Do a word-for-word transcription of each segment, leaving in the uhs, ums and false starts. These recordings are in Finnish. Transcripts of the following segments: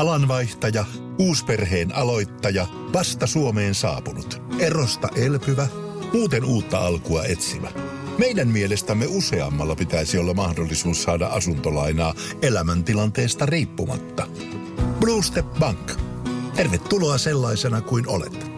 Alanvaihtaja, uusperheen aloittaja, vasta Suomeen saapunut, erosta elpyvä, muuten uutta alkua etsimä. Meidän mielestämme useammalla pitäisi olla mahdollisuus saada asuntolainaa elämäntilanteesta riippumatta. Blue Step Bank. Tervetuloa sellaisena kuin olet.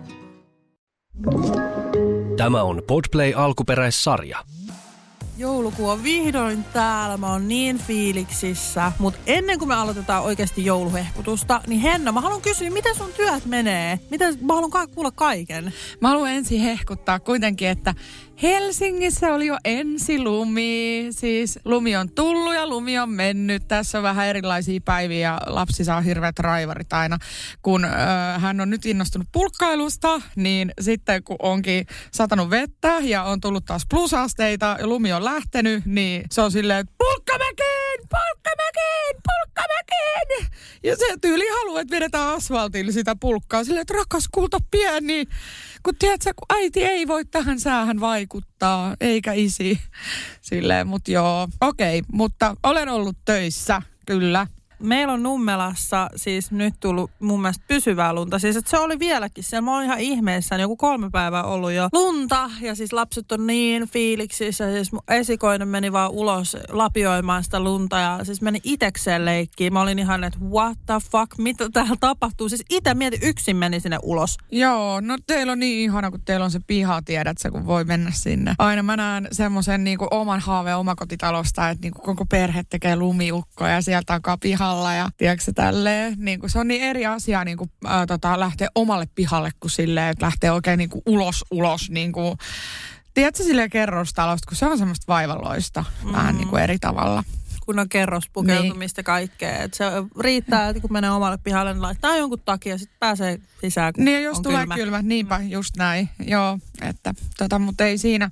Tämä on Podplay alkuperäissarja. Joulukuu on vihdoin täällä, mä oon niin fiiliksissä. Mut ennen kuin me aloitetaan oikeasti jouluhehkutusta, niin Henna, mä haluan kysyä, miten sun työt menee? Miten, mä haluan ka- kuulla kaiken. Mä haluan ensin hehkuttaa kuitenkin, että Helsingissä oli jo ensilumi. Siis lumi on tullut ja lumi on mennyt. Tässä on vähän erilaisia päiviä ja lapsi saa hirveät raivarit aina. Kun ö, hän on nyt innostunut pulkkailusta, niin sitten kun onkin satanut vettä ja on tullut taas plusasteita ja lumi on lähtenyt, niin se on silleen, että pulkkamäkeen, pulkkamäkeen, pulkkamäkeen. Ja se tyyli haluaa, että vedetään asfaltille sitä pulkkaa silleen, että rakas kulta pieni. Kun tiedätkö, kun äiti ei voi tähän säähän vaikuttaa, eikä isi. Silleen, mut joo, okei, okay, mutta olen ollut töissä, kyllä. Meillä on Nummelassa siis nyt tullut mun mielestä pysyvää lunta. Siis että se oli vieläkin siellä. Mä olin ihan ihmeessä. Joku kolme päivää ollut jo lunta. Ja siis lapset on niin fiiliksissä. Siis mun esikoinen meni vaan ulos lapioimaan sitä lunta. Ja siis meni itekseen leikkiin. Mä olin ihan, että what the fuck, mitä täällä tapahtuu? Siis ite mietin, yksin meni sinne ulos. Joo, no teillä on niin ihana, kun teillä on se piha, tiedät sä, kun voi mennä sinne. Aina mä näen semmoisen niin kuin oman haaveen omakotitalosta, että niin kuin koko perhe tekee lumiukkoja ja sieltä alkaa piha. Ja tiedätkö tälleen, niin kuin se on niin eri asia niin kuin, ää, tota, lähteä omalle pihalle kuin silleen, että lähtee oikein niin kuin ulos, ulos, niin kuin, tiedätkö silleen kerrostalosta, kun se on semmoista vaivalloista, mm. vähän niin kuin eri tavalla. Kun on kerrospukeutumista niin. Kaikkea. Et se riittää, että kun menee omalle pihalle, niin laittaa jonkun takia ja sitten pääsee sisään, kun niin ja jos on tulee kylmä. kylmä, niinpä just näin, joo, että tota, mutta ei siinä.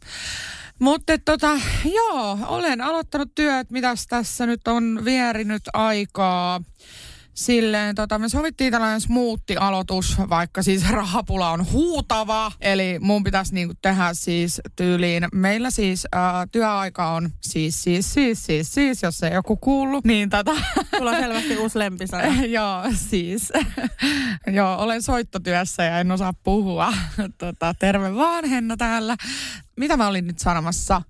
Mutta tota, joo, olen aloittanut työt, mitäs tässä nyt on vierinyt aikaa. Silleen, tota, me sovittiin tällainen smoothie-aloitus, vaikka siis rahapula on huutava. Eli mun pitäisi niinku tehdä siis tyyliin, meillä siis ää, työaika on siis, siis, siis, siis, siis, jos ei joku kuullut. Niin tota. Sulla on selvästi uusi lempisana. Joo, siis. Joo, olen soittotyössä ja en osaa puhua. Tota, terve vaan, Henna täällä. Mitä mä olin nyt sanomassa?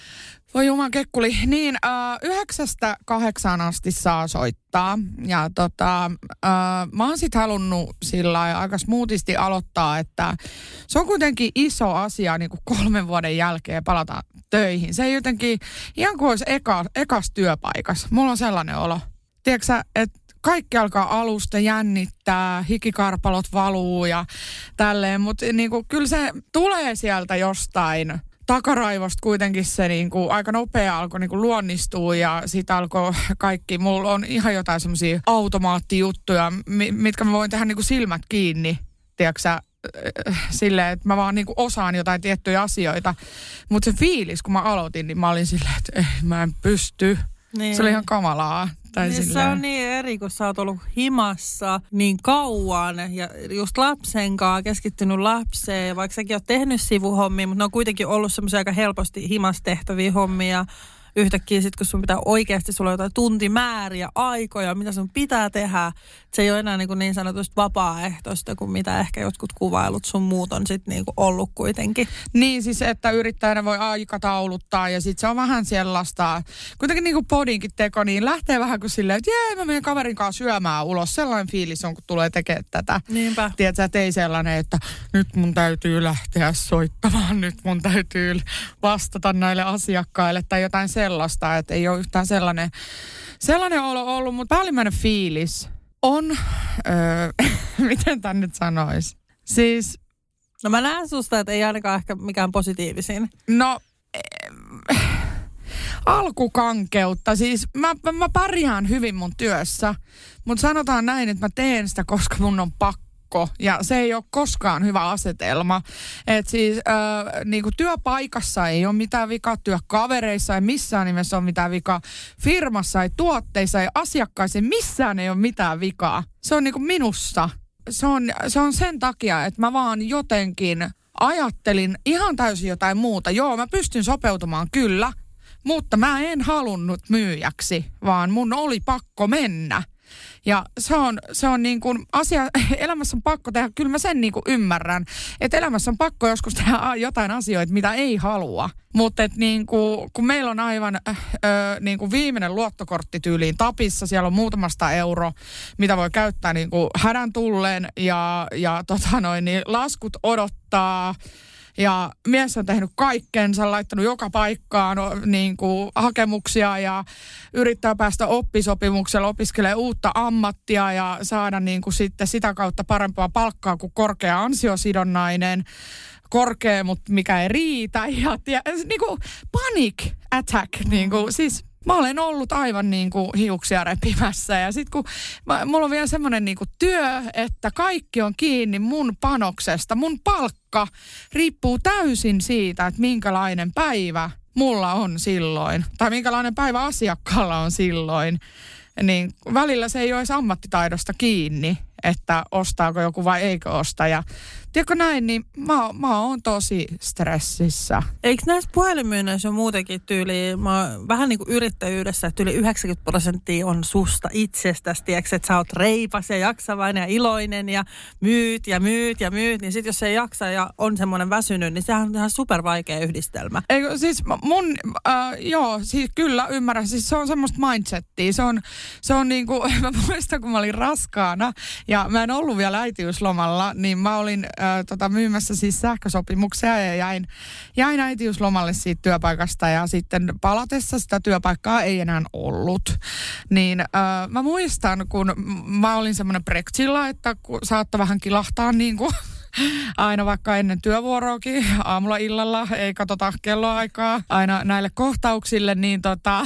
Voi juman kekkuli. Niin, äh, yhdeksästä kahdeksaan asti saa soittaa. Ja tota, äh, mä oon sit halunnut sillä aika smoothisti aloittaa, että se on kuitenkin iso asia niin kuin kolmen vuoden jälkeen palata töihin. Se ei jotenkin, ihan kuin olisi eka, ekas työpaikas. Mulla on sellainen olo. Tiedätkö sä, että kaikki alkaa alusta jännittää, hikikarpalot valuu ja tälleen. Mutta niinku, kyllä se tulee sieltä jostain takaraivosta kuitenkin se niinku, aika nopea alkoi niinku, luonnistua ja siitä alkoi kaikki. Mulla on ihan jotain semmoisia automaattijuttuja, mitkä mä voin tehdä niinku, silmät kiinni, tiedätkö sä, silleen, että mä vaan niinku, osaan jotain tiettyjä asioita. Mutta se fiilis, kun mä aloitin, niin mä olin silleen, että ei, mä en pysty. Niin. Se oli ihan kamalaa. Niin se on niin eri, kun sä oot ollut himassa niin kauan ja just lapsen kanssa keskittynyt lapseen. Ja vaikka säkin oot tehnyt sivuhommia, mutta ne on kuitenkin ollut semmoisia aika helposti himassa tehtäviä hommia. Yhtäkkiä sitten, kun sun pitää oikeasti, sulla on jotain tuntimääriä, aikoja, mitä sun pitää tehdä. Se ei ole enää niin, niin sanotusti vapaaehtoista, kuin mitä ehkä jotkut kuvailut sun muut on sitten niin ollut kuitenkin. Niin siis, että yrittäjänä voi aikatauluttaa ja sitten se on vähän sellaista, kuitenkin niin kuin podinkin teko, niin lähtee vähän kuin silleen, että jee, mä menen kaverin kanssa syömään ulos. Sellainen fiilis on, kun tulee tekemään tätä. Niinpä. Tiedätkö, että ei sellainen, että nyt mun täytyy lähteä soittamaan, nyt mun täytyy vastata näille asiakkaille tai jotain sellaista, että ei ole yhtään sellainen, sellainen olo ollut, mutta päällimmäinen fiilis on, öö, miten tämän nyt sanoisi, siis. No mä näen susta, että ei ainakaan ehkä mikään positiivisin. No, äh, alkukankeutta, siis mä, mä, mä pärjään hyvin mun työssä, mutta sanotaan näin, että mä teen sitä, koska mun on pakko. Ja se ei ole koskaan hyvä asetelma. Että siis äh, niinku työpaikassa ei ole mitään vikaa, työkavereissa ei missään nimessä ole mitään vikaa, firmassa ei, tuotteissa ei, asiakkaissa ei, missään ei ole mitään vikaa. Se on niinku minussa. Se on, se on sen takia, että mä vaan jotenkin ajattelin ihan täysin jotain muuta. Joo, mä pystyn sopeutumaan kyllä, mutta mä en halunnut myyjäksi, vaan mun oli pakko mennä. Ja se on, se on niin kuin asia, elämässä on pakko tehdä, kyllä mä sen niin kuin ymmärrän, että elämässä on pakko joskus tehdä jotain asioita, mitä ei halua. Mutta niin kuin, kun meillä on aivan äh, niin kuin viimeinen luottokortti tyyliin tapissa, siellä on muutamasta euro, mitä voi käyttää niin kuin hädän tulleen ja, ja tota noin, niin laskut odottaa. Ja mies on tehnyt kaikkensa, laittanut joka paikkaan no, niin kuin hakemuksia ja yrittää päästä oppisopimuksella, opiskelee uutta ammattia ja saada niin kuin sitten sitä kautta parempaa palkkaa kuin korkea ansiosidonnainen. Korkea, mutta mikä ei riitä. Ja tia, niin kuin panic attack, niin kuin, siis mä olen ollut aivan niin kuin hiuksia repimässä ja sit kun mä, mulla on vielä semmoinen niin kuin työ, että kaikki on kiinni mun panoksesta. Mun palkka riippuu täysin siitä, että minkälainen päivä mulla on silloin tai minkälainen päivä asiakkaalla on silloin. Niin välillä se ei ole edes ammattitaidosta kiinni, että ostaako joku vai eikö osta. Ja tiedätkö näin, niin mä, mä oon tosi stressissä. Eikö näissä puhelinmyynneissä ole muutenkin tyyli, mä oon vähän niin kuin yrittäjyydessä, että yli yhdeksänkymmentä prosenttia on susta itsestäsi, tiedätkö, että sä oot reipas ja jaksavainen ja iloinen ja myyt ja myyt ja myyt, niin sit jos ei jaksa ja on semmoinen väsynyt, niin sehän on ihan super vaikea yhdistelmä. Eikö siis mun, äh, joo, siis kyllä ymmärrän, siis se on semmoista mindsettiä, se on, se on niin kuin, mä muistan kun mä olin raskaana ja mä en ollut vielä äitiyslomalla, niin mä olin äh, tota, myymässä siis sähkösopimuksia ja jäin, jäin äitiyslomalle siitä työpaikasta ja sitten palatessa sitä työpaikkaa ei enää ollut. Niin äh, mä muistan, kun mä olin semmoinen breksilla, että kun saattoi vähän kilahtaa niin kuin aina vaikka ennen työvuoroakin, aamulla illalla, ei katsota kelloaikaa aina näille kohtauksille, niin tota,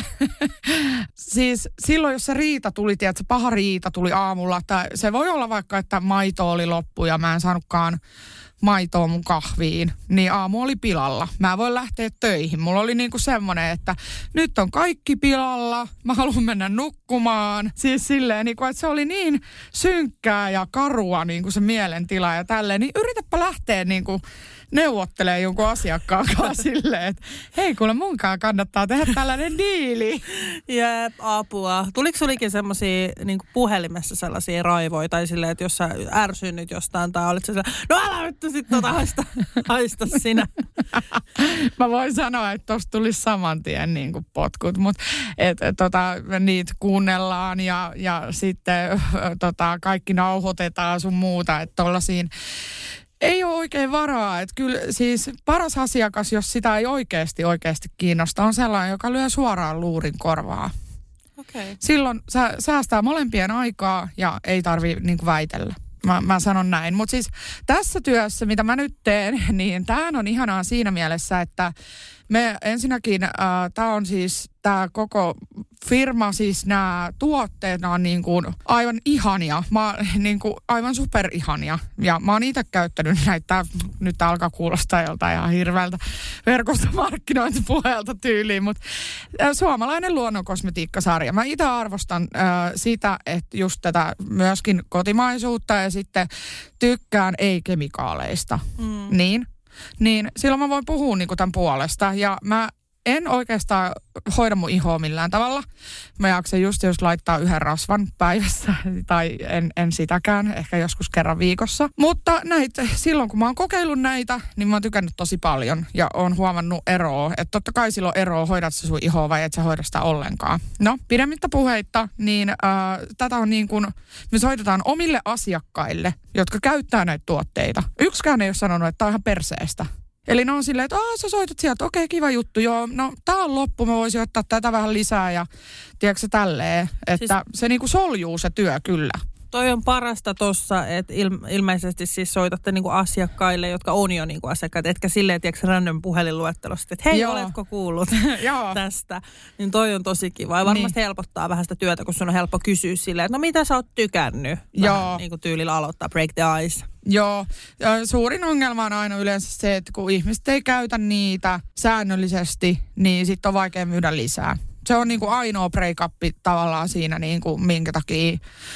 siis silloin jos se riita tuli, tiedätkö, paha riita tuli aamulla, tai se voi olla vaikka, että maito oli loppu ja mä en saanutkaan maitoa mun kahviin, niin aamu oli pilalla. Mä voin lähteä töihin. Mulla oli niinku semmoinen, että nyt on kaikki pilalla, mä haluan mennä nukkumaan. Siis silleen, niinku, että se oli niin synkkää ja karua niinku se mielentila ja tälleen, niin yritäpä lähteä niinku neuvottelemaan jonkun asiakkaan kanssa silleen, että hei kuule munkaan kannattaa tehdä tällainen diili. Jep, apua. Tuliko sulikin semmosia niin puhelimessa sellaisia raivoja tai silleen, että jos sä ärsynyt jostain tai olit sellainen, no älä nyt sit tota haista, haista sinä. Mä voin sanoa, että tosta tulisi saman tien niin kuin potkut, mutta et, et, tota, niitä kuunnellaan ja, ja sitten tota, kaikki nauhoitetaan sun muuta, että tollaisiin ei ole oikein varaa, että kyllä siis paras asiakas, jos sitä ei oikeasti oikeasti kiinnosta, on sellainen, joka lyö suoraan luurin korvaa. Okay. Silloin sä, säästää molempien aikaa ja ei tarvitse niin kuin väitellä. Mä, mä sanon näin. Mutta siis tässä työssä, mitä mä nyt teen, niin tämähän on ihanaa siinä mielessä, että me ensinnäkin, äh, tämä on siis tämä koko firma, siis nämä tuotteet on niin kuin aivan ihania, mä, niin kuin aivan superihania. Ja mä oon itse käyttänyt näitä, nyt tää alkaa kuulostaa joltain ihan hirveältä verkostomarkkinointipuheelta tyyliin, mutta äh, suomalainen luonnonkosmetiikkasarja. Mä itse arvostan äh, sitä, että just tätä myöskin kotimaisuutta ja sitten tykkään ei-kemikaaleista. Mm. Niin. Niin silloin mä voin puhua niinku tämän puolesta ja mä en oikeastaan hoida mun ihoa millään tavalla. Mä jaksan just jos laittaa yhden rasvan päivässä tai en, en sitäkään, ehkä joskus kerran viikossa. Mutta näitä, silloin kun mä oon kokeillut näitä, niin mä oon tykännyt tosi paljon ja oon huomannut eroa. Että totta kai silloin eroa, hoidat sä sun ihoa vai et sä hoida sitä ollenkaan. No, pidemmittä puheitta, niin äh, tätä on niin kuin, me soitetaan omille asiakkaille, jotka käyttää näitä tuotteita. Yksikään ei ole sanonut, että tää on ihan perseestä. Eli ne on silleen, että aah, sä soitat sieltä, okei, kiva juttu, joo, no tää on loppu, mä voisin ottaa tätä vähän lisää ja tiedätkö tälleen, että siis se niinku soljuu se työ kyllä. Toi on parasta tossa, että il- ilmeisesti siis soitatte niinku asiakkaille, jotka on jo niinku asiakkaat, etkä silleen, tiedätkö, random puhelinluettelosta, että hei, joo, oletko kuullut tästä? Niin toi on tosi kiva ja varmasti niin helpottaa vähän sitä työtä, kun sun on helppo kysyä silleen, että no mitä sä oot tykännyt? Vähän niin kuin tyylillä aloittaa, break the ice. Joo, suurin ongelma on aina yleensä se, että kun ihmiset ei käytä niitä säännöllisesti, niin sitten on vaikea myydä lisää. Se on niinku ainoa break-up tavallaan siinä, niinku, minkä takia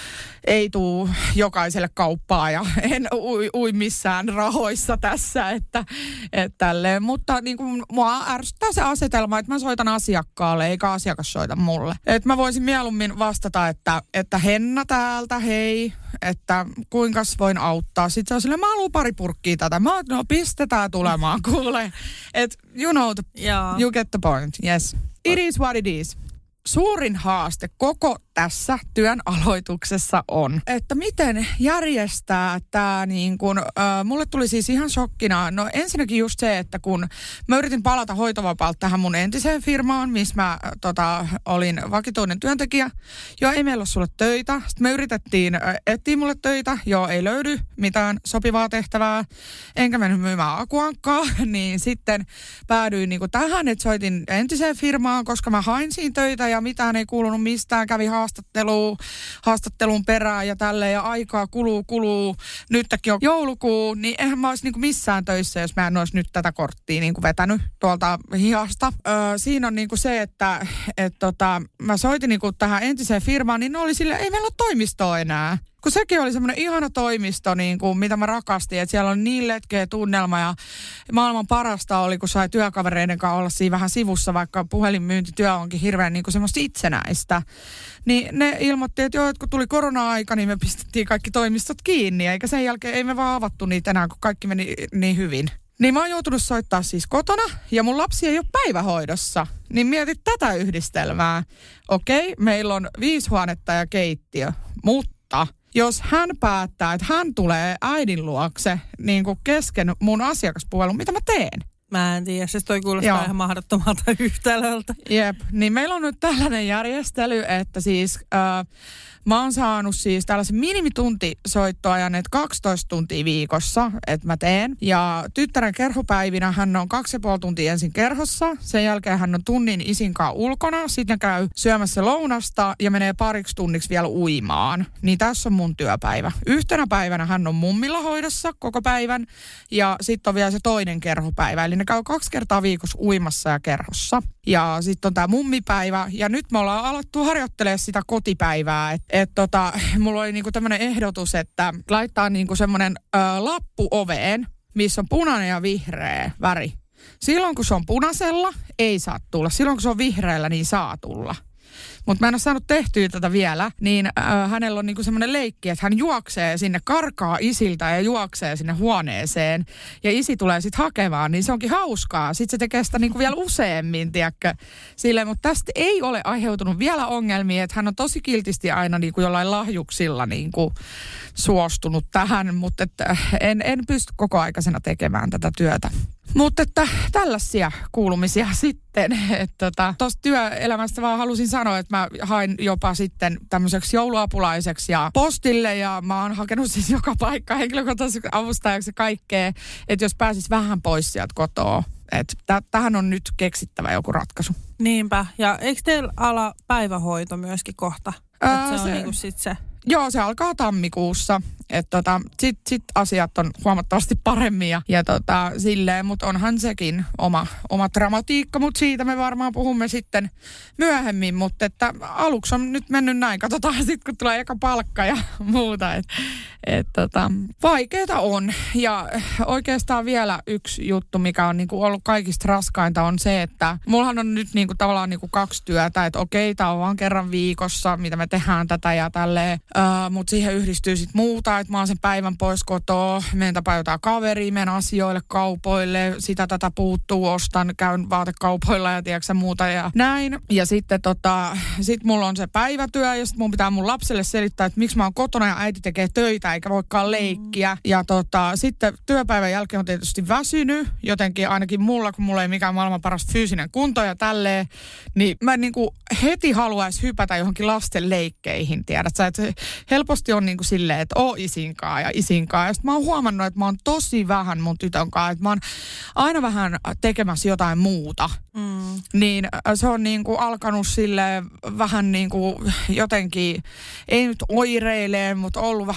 ei tule jokaiselle kauppaa ja en ui, ui missään rahoissa tässä, että, että tälleen. Mutta niin kuin mua ärsyttää se asetelma, että mä soitan asiakkaalle, eikä asiakas soita mulle. Että mä voisin mieluummin vastata, että, että Henna täältä, hei, että kuinkas voin auttaa. Sitten se on silleen, mä haluan pari purkkia tätä. Mä oon, no pistetään tulemaan, kuule. Että you know, the, yeah. You get the point, yes. It is what it is. Suurin haaste koko tässä työn aloituksessa on, että miten järjestää tämä niin kun, äh, mulle tuli siis ihan shokkina, no ensinnäkin just se, että kun mä yritin palata hoitovapaalta tähän mun entiseen firmaan, missä mä äh, tota, olin vakituinen työntekijä, joo ei meillä ole sulle töitä, sitten me yritettiin äh, etsiä mulle töitä, joo ei löydy mitään sopivaa tehtävää, enkä mennyt myymään akuankkaa, niin sitten päädyin niin kun tähän, että soitin entiseen firmaan, koska mä hain siinä töitä ja mitään ei kuulunut mistään, kävi haastatteluun, haastattelun perään ja tälleen ja aikaa kuluu, kuluu. Nytkin on joulukuu, niin eihän mä olisi niinku missään töissä, jos mä en olisi nyt tätä korttia niinku vetänyt tuolta hihasta. Öö, siinä on niinku se, että et tota, mä soitin niinku tähän entiseen firmaan, niin ne oli silleen, ei meillä ole toimistoa enää. Kun sekin oli semmoinen ihana toimisto, niin kuin, mitä mä rakastin, että siellä on niin letkeä tunnelma ja maailman parasta oli, kun sai työkavereiden kanssa olla siinä vähän sivussa, vaikka puhelinmyyntityö onkin hirveän niin kuin semmoista itsenäistä. Niin ne ilmoitti, että joo, että kun tuli korona-aika, niin me pistettiin kaikki toimistot kiinni, eikä sen jälkeen ei me vaan avattu niitä enää, kun kaikki meni niin hyvin. Niin mä oon joutunut soittaa siis kotona ja mun lapsi ei ole päivähoidossa. Niin mietit tätä yhdistelmää. Okei, meillä on viisi huonetta ja keittiö, mutta jos hän päättää, että hän tulee äidin luokse niin kuin kesken mun asiakaspuhelun, mitä mä teen? Mä en tiedä, siis toi kuulostaa Joo. ihan mahdottomalta yhtälöltä. Jep, niin meillä on nyt tällainen järjestely, että siis äh, mä oon saanut siis tällaisen minimituntisoittoajan, että kaksitoista tuntia viikossa, että mä teen. Ja tyttären kerhopäivinä hän on kaksi ja puoli tuntia ensin kerhossa, sen jälkeen hän on tunnin isinkaan ulkona, sitten käy syömässä lounasta ja menee pariksi tunniksi vielä uimaan. Niin tässä on mun työpäivä. Yhtenä päivänä hän on mummilla hoidossa koko päivän ja sitten on vielä se toinen kerhopäivä. Eli ne käy kaksi kertaa viikossa uimassa ja kerhossa. Ja sitten on tää mummipäivä ja nyt me ollaan alettu harjoittelemaan sitä kotipäivää, että et tota, mulla oli niinku tämmönen ehdotus, että laittaa niinku semmonen ö, lappu oveen, missä on punainen ja vihreä väri. Silloin kun se on punaisella, ei saa tulla. Silloin kun se on vihreällä, niin saa tulla. Mutta mä en ole saanut tehtyä tätä vielä, niin äh, hänellä on niinku semmoinen leikki, että hän juoksee sinne, karkaa isiltä ja juoksee sinne huoneeseen. Ja isi tulee sitten hakemaan, niin se onkin hauskaa. Sitten se tekee sitä niinku vielä useammin, tiedätkö. Silleen, mutta tästä ei ole aiheutunut vielä ongelmia, että hän on tosi kiltisti aina niinku jollain lahjuksilla niinku suostunut tähän, mutta että en, en pysty koko aikaisena tekemään tätä työtä. Mutta että tällaisia kuulumisia sitten, että tota, tuosta työelämästä vaan halusin sanoa, että mä hain jopa sitten tämmöiseksi jouluapulaiseksi ja postille ja mä oon hakenut siis joka paikka henkilökohtaisesti avustajaksi kaikkea, että jos pääsis vähän pois sieltä kotoa, että t- tähän on nyt keksittävä joku ratkaisu. Niinpä, ja eikö teillä ala päivähoito myöskin kohta? Ää, että se on se, niinku sit se... Joo, se alkaa tammikuussa. Että tota, sit, sit asiat on huomattavasti paremmin ja, ja tota, silleen, mutta onhan sekin oma, oma dramatiikka, mutta siitä me varmaan puhumme sitten myöhemmin, mutta että aluksi on nyt mennyt näin, katsotaan sitten kun tulee eka palkka ja muuta, että et, tota, vaikeeta on ja oikeastaan vielä yksi juttu, mikä on niinku ollut kaikista raskainta on se, että mullahan on nyt niinku tavallaan niinku kaksi työtä, että okei, tää on vaan kerran viikossa, mitä me tehdään tätä ja tälleen, uh, mutta siihen yhdistyy sitten muuta, että mä oon sen päivän pois kotoa, menen tapaan jotain kaveria, menen asioille, kaupoille, sitä tätä puuttuu, ostan, käyn vaatekaupoilla ja tiedätkö muuta ja näin. Ja sitten tota, sit mulla on se päivätyö ja sit mun pitää mun lapselle selittää, että miksi mä oon kotona ja äiti tekee töitä eikä voikaan leikkiä. Ja tota, sitten työpäivän jälkeen on tietysti väsynyt, jotenkin ainakin mulla, kun mulla ei mikään maailman paras fyysinen kunto ja tälleen, niin mä niinku heti haluais hypätä johonkin lasten leikkeihin, tiedät sä, että helposti on niinku silleen, että oo isinkaan ja isinkaan. Ja sitten mä oon huomannut, että mä oon tosi vähän mun tytön kanssa, että mä oon aina vähän tekemässä jotain muuta. Mm. Niin se on niinku alkanut silleen vähän niinku jotenkin, ei nyt oireilee, mutta ollut vähän semmoinen,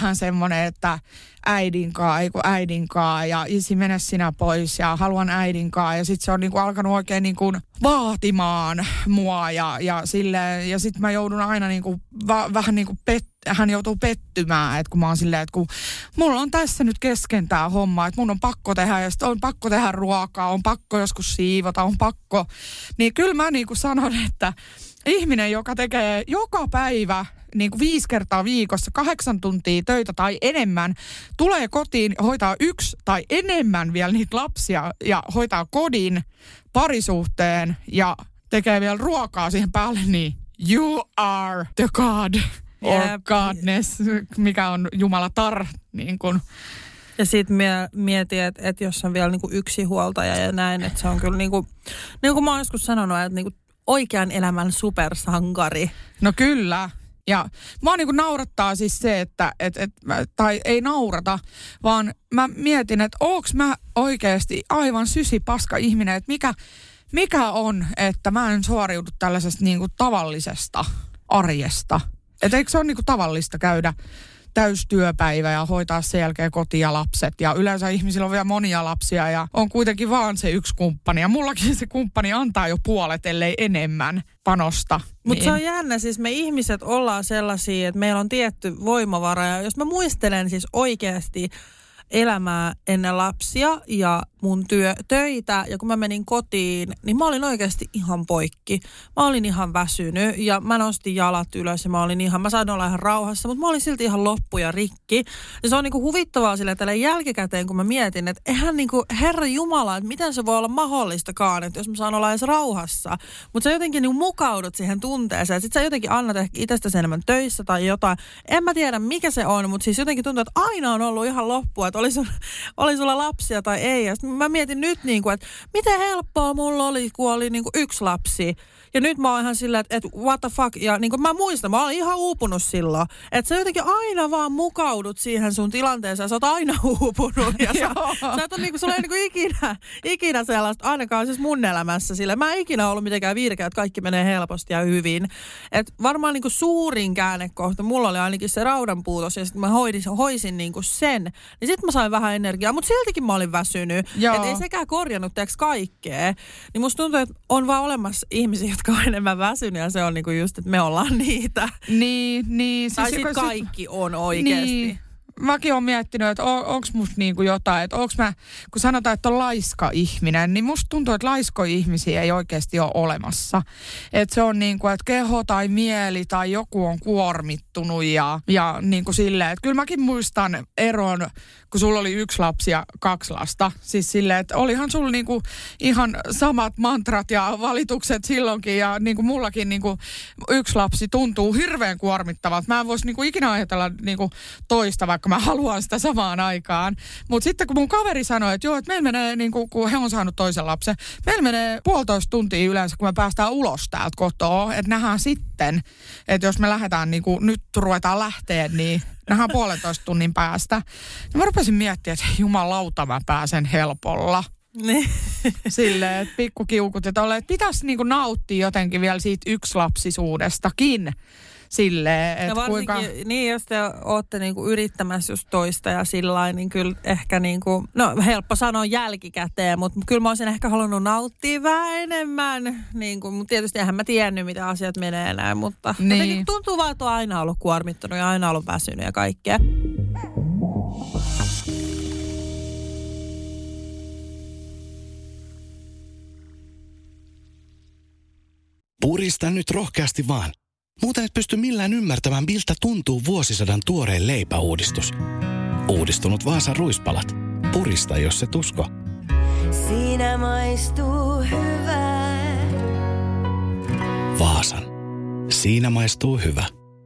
semmoinen, että äidinkaa, ei kun äidinkaa ja isi mene sinä pois ja haluan äidinkaa. Ja sitten se on niinku alkanut oikein niinku vaatimaan mua ja, ja silleen, ja sitten mä joudun aina niinku va, vähän niinku pet, hän joutuu pettymään, että kun mä oon silleen, että kun mulla on tässä nyt kesken tää homma, että mun on pakko tehdä ja sitten on pakko tehdä ruokaa, on pakko joskus siivota, on pakko. Niin kyllä mä niinku sanon, että ihminen, joka tekee joka päivä niin kuin viisi kertaa viikossa, kahdeksan tuntia töitä tai enemmän, tulee kotiin, hoitaa yksi tai enemmän vielä niitä lapsia ja hoitaa kodin, parisuhteen ja tekee vielä ruokaa siihen päälle, niin you are the God or yep. Godness, mikä on Jumalatar. Niin kuin. Ja sitten mie- mietin, että et jos on vielä niinku yksi huoltaja ja näin, että se on kyllä niin kuin, niin kuin mä oon joskus sanonut, että niinku oikean elämän supersankari. No kyllä. Ja mua niinku naurattaa siis se, että, et, et, tai ei naurata, vaan mä mietin, että oonko mä oikeasti aivan sysipaska ihminen, että mikä, mikä on, että mä en suoriudu tällaisesta niinku tavallisesta arjesta. Että eikö se ole niinku tavallista käydä täystyöpäivä ja hoitaa sen jälkeen koti ja lapset. Ja yleensä ihmisillä on vielä monia lapsia ja on kuitenkin vaan se yksi kumppani. Ja mullakin se kumppani antaa jo puolet, ellei enemmän panosta. Mutta niin. Se on jännä, siis me ihmiset ollaan sellaisia, että meillä on tietty voimavara. Ja jos mä muistelen siis oikeasti elämää ennen lapsia ja mun työ, töitä, ja kun mä menin kotiin, niin mä olin oikeasti ihan poikki. Mä olin ihan väsynyt ja mä nostin jalat ylös ja mä olin ihan, mä sain olla ihan rauhassa, mutta mä olin silti ihan loppu ja rikki. Ja se on niinku huvittavaa silleen tällä jälkikäteen, kun mä mietin, että eihän niinku Herra Jumala, että miten se voi olla mahdollistakaan, että jos mä saan olla edes rauhassa. Mutta sä jotenkin niinku mukaudut siihen tunteeseen, että sit sä jotenkin annat ehkä itsestäsi enemmän töissä tai jotain. En mä tiedä mikä se on, mutta siis jotenkin tuntuu, että aina on ollut ihan loppua, että oli, sun, oli sulla lapsia tai ei. Ja mä mietin nyt, niin kuin, että miten helppoa mulla oli, kun oli niin kuin yksi lapsi. Ja nyt mä oon ihan silleen, että, että what the fuck. Ja niin kuin mä muistan, mä olin ihan uupunut silloin. Että sä jotenkin aina vaan mukaudut siihen sun tilanteeseen. Sä oot aina uupunut. Ja sä, sä et ole niin kuin, sulla ei niin kuin ikinä, ikinä sellaista, ainakaan siis mun elämässä sille. Mä en ikinä ollut mitenkään virkeä, että kaikki menee helposti ja hyvin. Että varmaan niin kuin suurin käännekohta, mulla oli ainakin se raudanpuutos. Ja sitten mä hoidin, hoisin niin kuin sen. Niin sit mä sain vähän energiaa, mutta siltikin mä olin väsynyt. Että ei sekään korjannut teeksi kaikkea. Niin musta tuntuu, että on vaan olemassa ihmisiä, jotka on enemmän väsynyt, ja se on niinku just, että me ollaan niitä. Niin, niin. Tai siis sit kaikki sit on oikeasti. Niin. Mäkin olen miettinyt, että on, onko musta niinku jotain, että onko mä, kun sanotaan, että on laiska ihminen, niin musta tuntuu, että laiskoja ihmisiä ei oikeasti ole olemassa. Että se on niin kuin, että keho tai mieli tai joku on kuormittunut ja, ja niin kuin silleen, että kyllä mäkin muistan eron, kun sulla oli yksi lapsi ja kaksi lasta. Siis silleen, että olihan sulla niinku ihan samat mantrat ja valitukset silloinkin ja niinku mullakin niinku yksi lapsi tuntuu hirveän kuormittavalta. Mä en voisi niinku ikinä ajatella niinku toista, vaikka mä haluan sitä samaan aikaan. Mutta sitten kun mun kaveri sanoi, että joo, että meillä menee, niinku, kun he on saanut toisen lapsen, meillä menee puolitoista tuntia yleensä, kun me päästään ulos täältä kotoa, että nähdään sitten, että jos me lähdetään, niinku, nyt ruvetaan lähteä, niin nähdään puolentoista tunnin päästä. Ja mä rupesin miettimään, että jumalauta mä pääsen helpolla. Silleen, että pikkukiukut ja tolleen, että pitäisi niinku nauttia jotenkin vielä siitä yksilapsisuudestakin. Silleen, että no kuinka... Niin, jos te ootte niinku yrittämässä just toista ja sillain, niin kyllä ehkä niinku, no helppo sanoa jälkikäteen, mutta kyllä mä olisin ehkä halunnut nauttia vähän enemmän. Niinku, mutta tietysti eihän mä tiennyt, mitä asiat menee enää, mutta niin. Jotenkin tuntuu vaan, että on aina ollut kuormittunut ja aina ollut väsynyt ja kaikkea. Purista nyt rohkeasti vaan. Muuten et pysty millään ymmärtämään, miltä tuntuu vuosisadan tuoreen leipäuudistus. Uudistunut Vaasan ruispalat. Purista, jos et usko. Siinä maistuu hyvää. Vaasan. Siinä maistuu hyvä.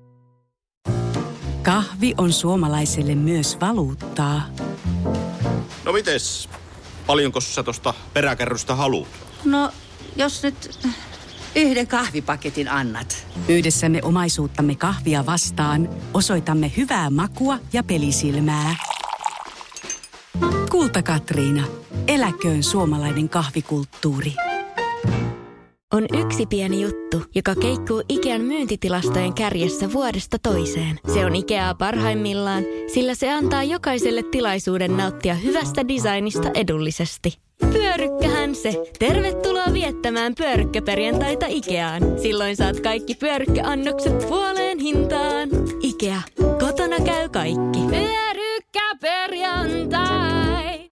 Kahvi on suomalaiselle myös valuuttaa. No mites? Paljonko sä tosta peräkärrystä haluat? No, jos nyt yhden kahvipaketin annat. Yhdessämme omaisuuttamme kahvia vastaan osoitamme hyvää makua ja pelisilmää. Kulta Katriina. Eläköön suomalainen kahvikulttuuri. on yksi pieni juttu, joka keikkuu Ikean myyntitilastojen kärjessä vuodesta toiseen. Se on Ikeaa parhaimmillaan, sillä se antaa jokaiselle tilaisuuden nauttia hyvästä designista edullisesti. Pyörykkähän se! Tervetuloa viettämään pyörykkäperjantaita Ikeaan. Silloin saat kaikki pyörykkäannokset puoleen hintaan. Ikea. Kotona käy kaikki. Pyörykkäperjantai!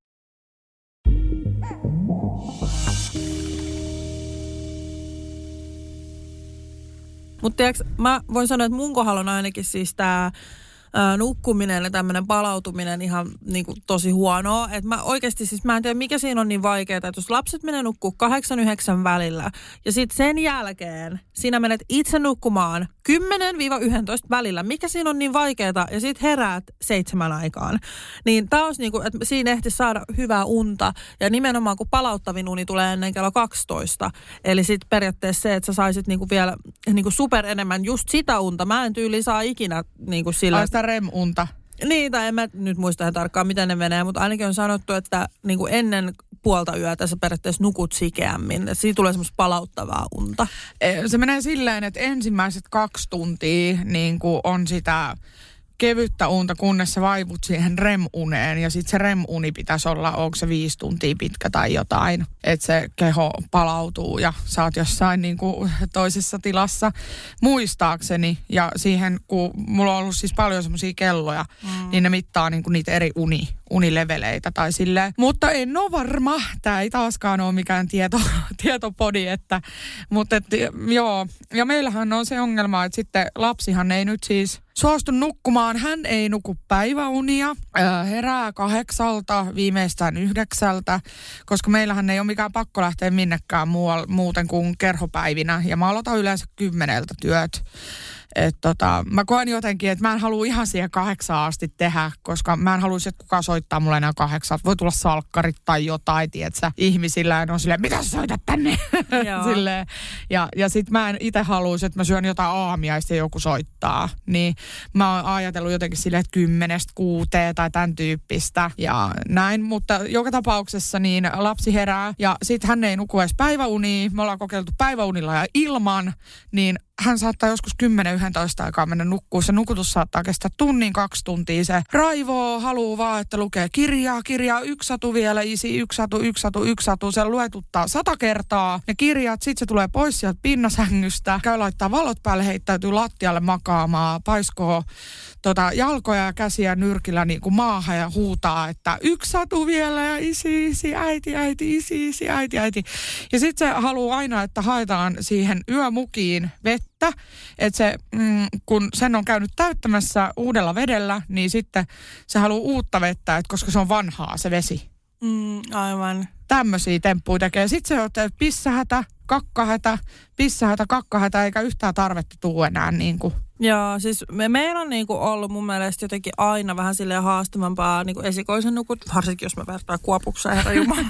Mutta tiiäks, mä voin sanoa, että mun kohdalla on ainakin siis tää ää, nukkuminen ja tämmöinen palautuminen ihan niinku tosi huonoa. Että mä oikeasti siis mä en tiedä, mikä siinä on niin vaikeaa, että jos lapset menee nukkuu kahdeksan yhdeksän välillä ja sitten sen jälkeen sinä menet itse nukkumaan kymmenen yksitoista välillä. Mikä siinä on niin vaikeaa ja sitten heräät seitsemän aikaan. Niin tää olisi niinku, että siinä ehti saada hyvää unta ja nimenomaan kun palauttavin uni tulee ennen kello kaksitoista. Eli sitten periaatteessa se, että sä saisit niinku vielä niinku super enemmän just sitä unta. Mä en tyyli saa ikinä niinku sillä... Ai sitä R E M-unta. Niin, tai en mä nyt muista ihan tarkkaan, miten ne menee, mutta ainakin on sanottu, että niinku ennen puolta yötä sä periaatteessa nukut sikeämmin. Siitä tulee semmoista palauttavaa unta. Se menee silleen, että ensimmäiset kaksi tuntia niin kuin on sitä kevyttä unta, kunnes sä vaivut siihen R E M-uneen. Ja sitten se R E M-uni pitäisi olla, onko se viisi tuntia pitkä tai jotain. Että se keho palautuu ja sä oot jossain niin kuin toisessa tilassa muistaakseni. Ja siihen, kun mulla on ollut siis paljon semmoisia kelloja, mm. niin ne mittaa niin kuin niitä eri uni, unileveleitä tai silleen. Mutta en ole varma. Tää ei taaskaan ole mikään tieto, tietopodi, että, mutta et, joo. Ja meillähän on se ongelma, että sitten lapsihan ei nyt siis suostu nukkumaan. Hän ei nuku päiväunia, äh, herää kahdeksalta, viimeistään yhdeksältä, koska meillähän ei ole mikään pakko lähteä minnekään muual, muuten kuin kerhopäivinä. Ja mä aloitan yleensä kymmeneltä työt. Et tota, mä koen jotenkin, että mä en halua ihan siihen kahdeksaan asti tehdä, koska mä en haluaisi, että kukaan soittaa mulle enää kahdeksan. Voi tulla salkkarit tai jotain, tietsä, ihmisillä ja ne on silleen, mitä sä soitat tänne? silleen. Ja, ja sit mä en itse haluaisi, että mä syön jotain aamiaista ja joku soittaa. Niin mä oon ajatellut jotenkin silleen, että kymmenestä kuuteen tai tämän tyyppistä ja näin. Mutta joka tapauksessa niin lapsi herää ja sit hän ei nuku edes päiväunia. Me ollaan kokeiltu päiväunilla ja ilman, niin hän saattaa joskus kymmenen yksitoista aikaa mennä nukkuun. Se nukutus saattaa kestää tunnin, kaksi tuntia. Se raivoo, haluaa vaan, että lukee kirjaa, kirjaa, yksi satu vielä, isi, yksi satu, yksi satu, yksi satu. Se luetuttaa sata kertaa ne kirjat, sit se tulee pois sieltä pinnasängystä, käy laittaa valot päälle, heittäytyy lattialle makaamaan, paiskoo tota, jalkoja ja käsiä nyrkillä niin kuin maahan ja huutaa, että yksi satu vielä ja isi, isi, äiti, äiti, isi, isi, äiti, äiti. Ja sit se haluaa aina, että haetaan siihen yömukiin vettä. Että se, mm, kun sen on käynyt täyttämässä uudella vedellä, niin sitten se haluaa uutta vettä, että koska se on vanhaa se vesi. Mm, aivan. Tämmöisiä temppuja tekee. Sitten se on pissähätä, kakkahätä, pissähätä, kakkahätä, eikä yhtään tarvetta tule enää niin kuin. Joo, siis me, meillä on niinku ollut mun mielestä jotenkin aina vähän silleen haastavampaa niinku esikoisen nukut, varsinkin jos mä vertaan Kuopukseen, herra jumala.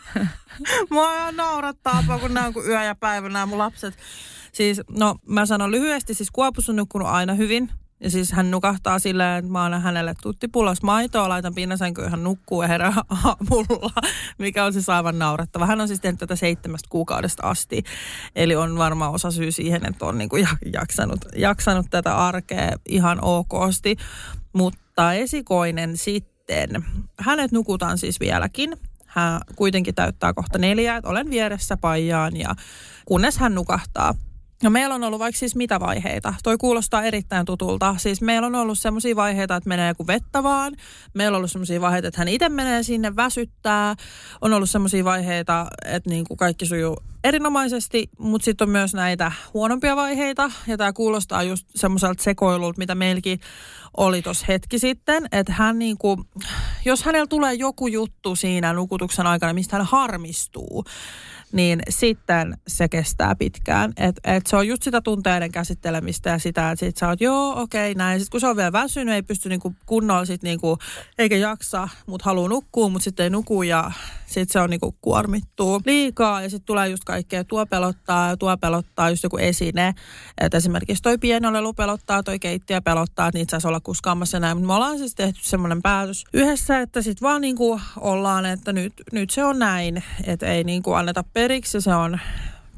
Mua ihan naurattaa, kun nämä on kuin yö ja päivä nämä mun lapset. Siis, no mä sanon lyhyesti, siis Kuopus on nukkunut aina hyvin. Ja siis hän nukahtaa silleen, että mä annan hänelle tuttipullos maitoa, laitan pinnasänkyyn, hän nukkuu ja herää aamulla, mikä on siis aivan naurettava. Hän on siis tehnyt tätä seitsemästä kuukaudesta asti, eli on varmaan osa syy siihen, että on niinku jaksanut, jaksanut tätä arkea ihan okosti. Mutta esikoinen sitten, hänet nukutaan siis vieläkin. Hän kuitenkin täyttää kohta neljä, että olen vieressä paijaan ja kunnes hän nukahtaa. No meillä on ollut vaikka siis mitä vaiheita. Toi kuulostaa erittäin tutulta. Siis meillä on ollut semmoisia vaiheita, että menee joku vettä vaan. Meillä on ollut semmoisia vaiheita, että hän itse menee sinne väsyttää. On ollut semmoisia vaiheita, että niin kuin kaikki sujuu erinomaisesti, mutta sitten on myös näitä huonompia vaiheita. Ja tämä kuulostaa just semmoiselta sekoilulta, mitä meilläkin oli tuossa hetki sitten. Että hän niin kuin, jos hänellä tulee joku juttu siinä nukutuksen aikana, mistä hän harmistuu, niin sitten se kestää pitkään. Että et se on just sitä tunteiden käsittelemistä ja sitä, että sit sä oot, joo, okei, okay, näin. Sitten kun se on vielä väsynyt, ei pysty niinku kunnolla sit niinku, eikä jaksa, mutta haluaa nukkua, mutta sitten ei nuku ja sitten se on niinku kuormittuu liikaa. Ja sitten tulee just kaikkea, tuo pelottaa ja tuo pelottaa just joku esine. Että esimerkiksi toi pienolelu pelottaa, toi keittiö pelottaa, että niitä saisi olla kuskaamassa näin. Mutta me ollaan siis tehty semmoinen päätös yhdessä, että sitten vaan niinku ollaan, että nyt, nyt se on näin, että ei niinku anneta periksi. Se on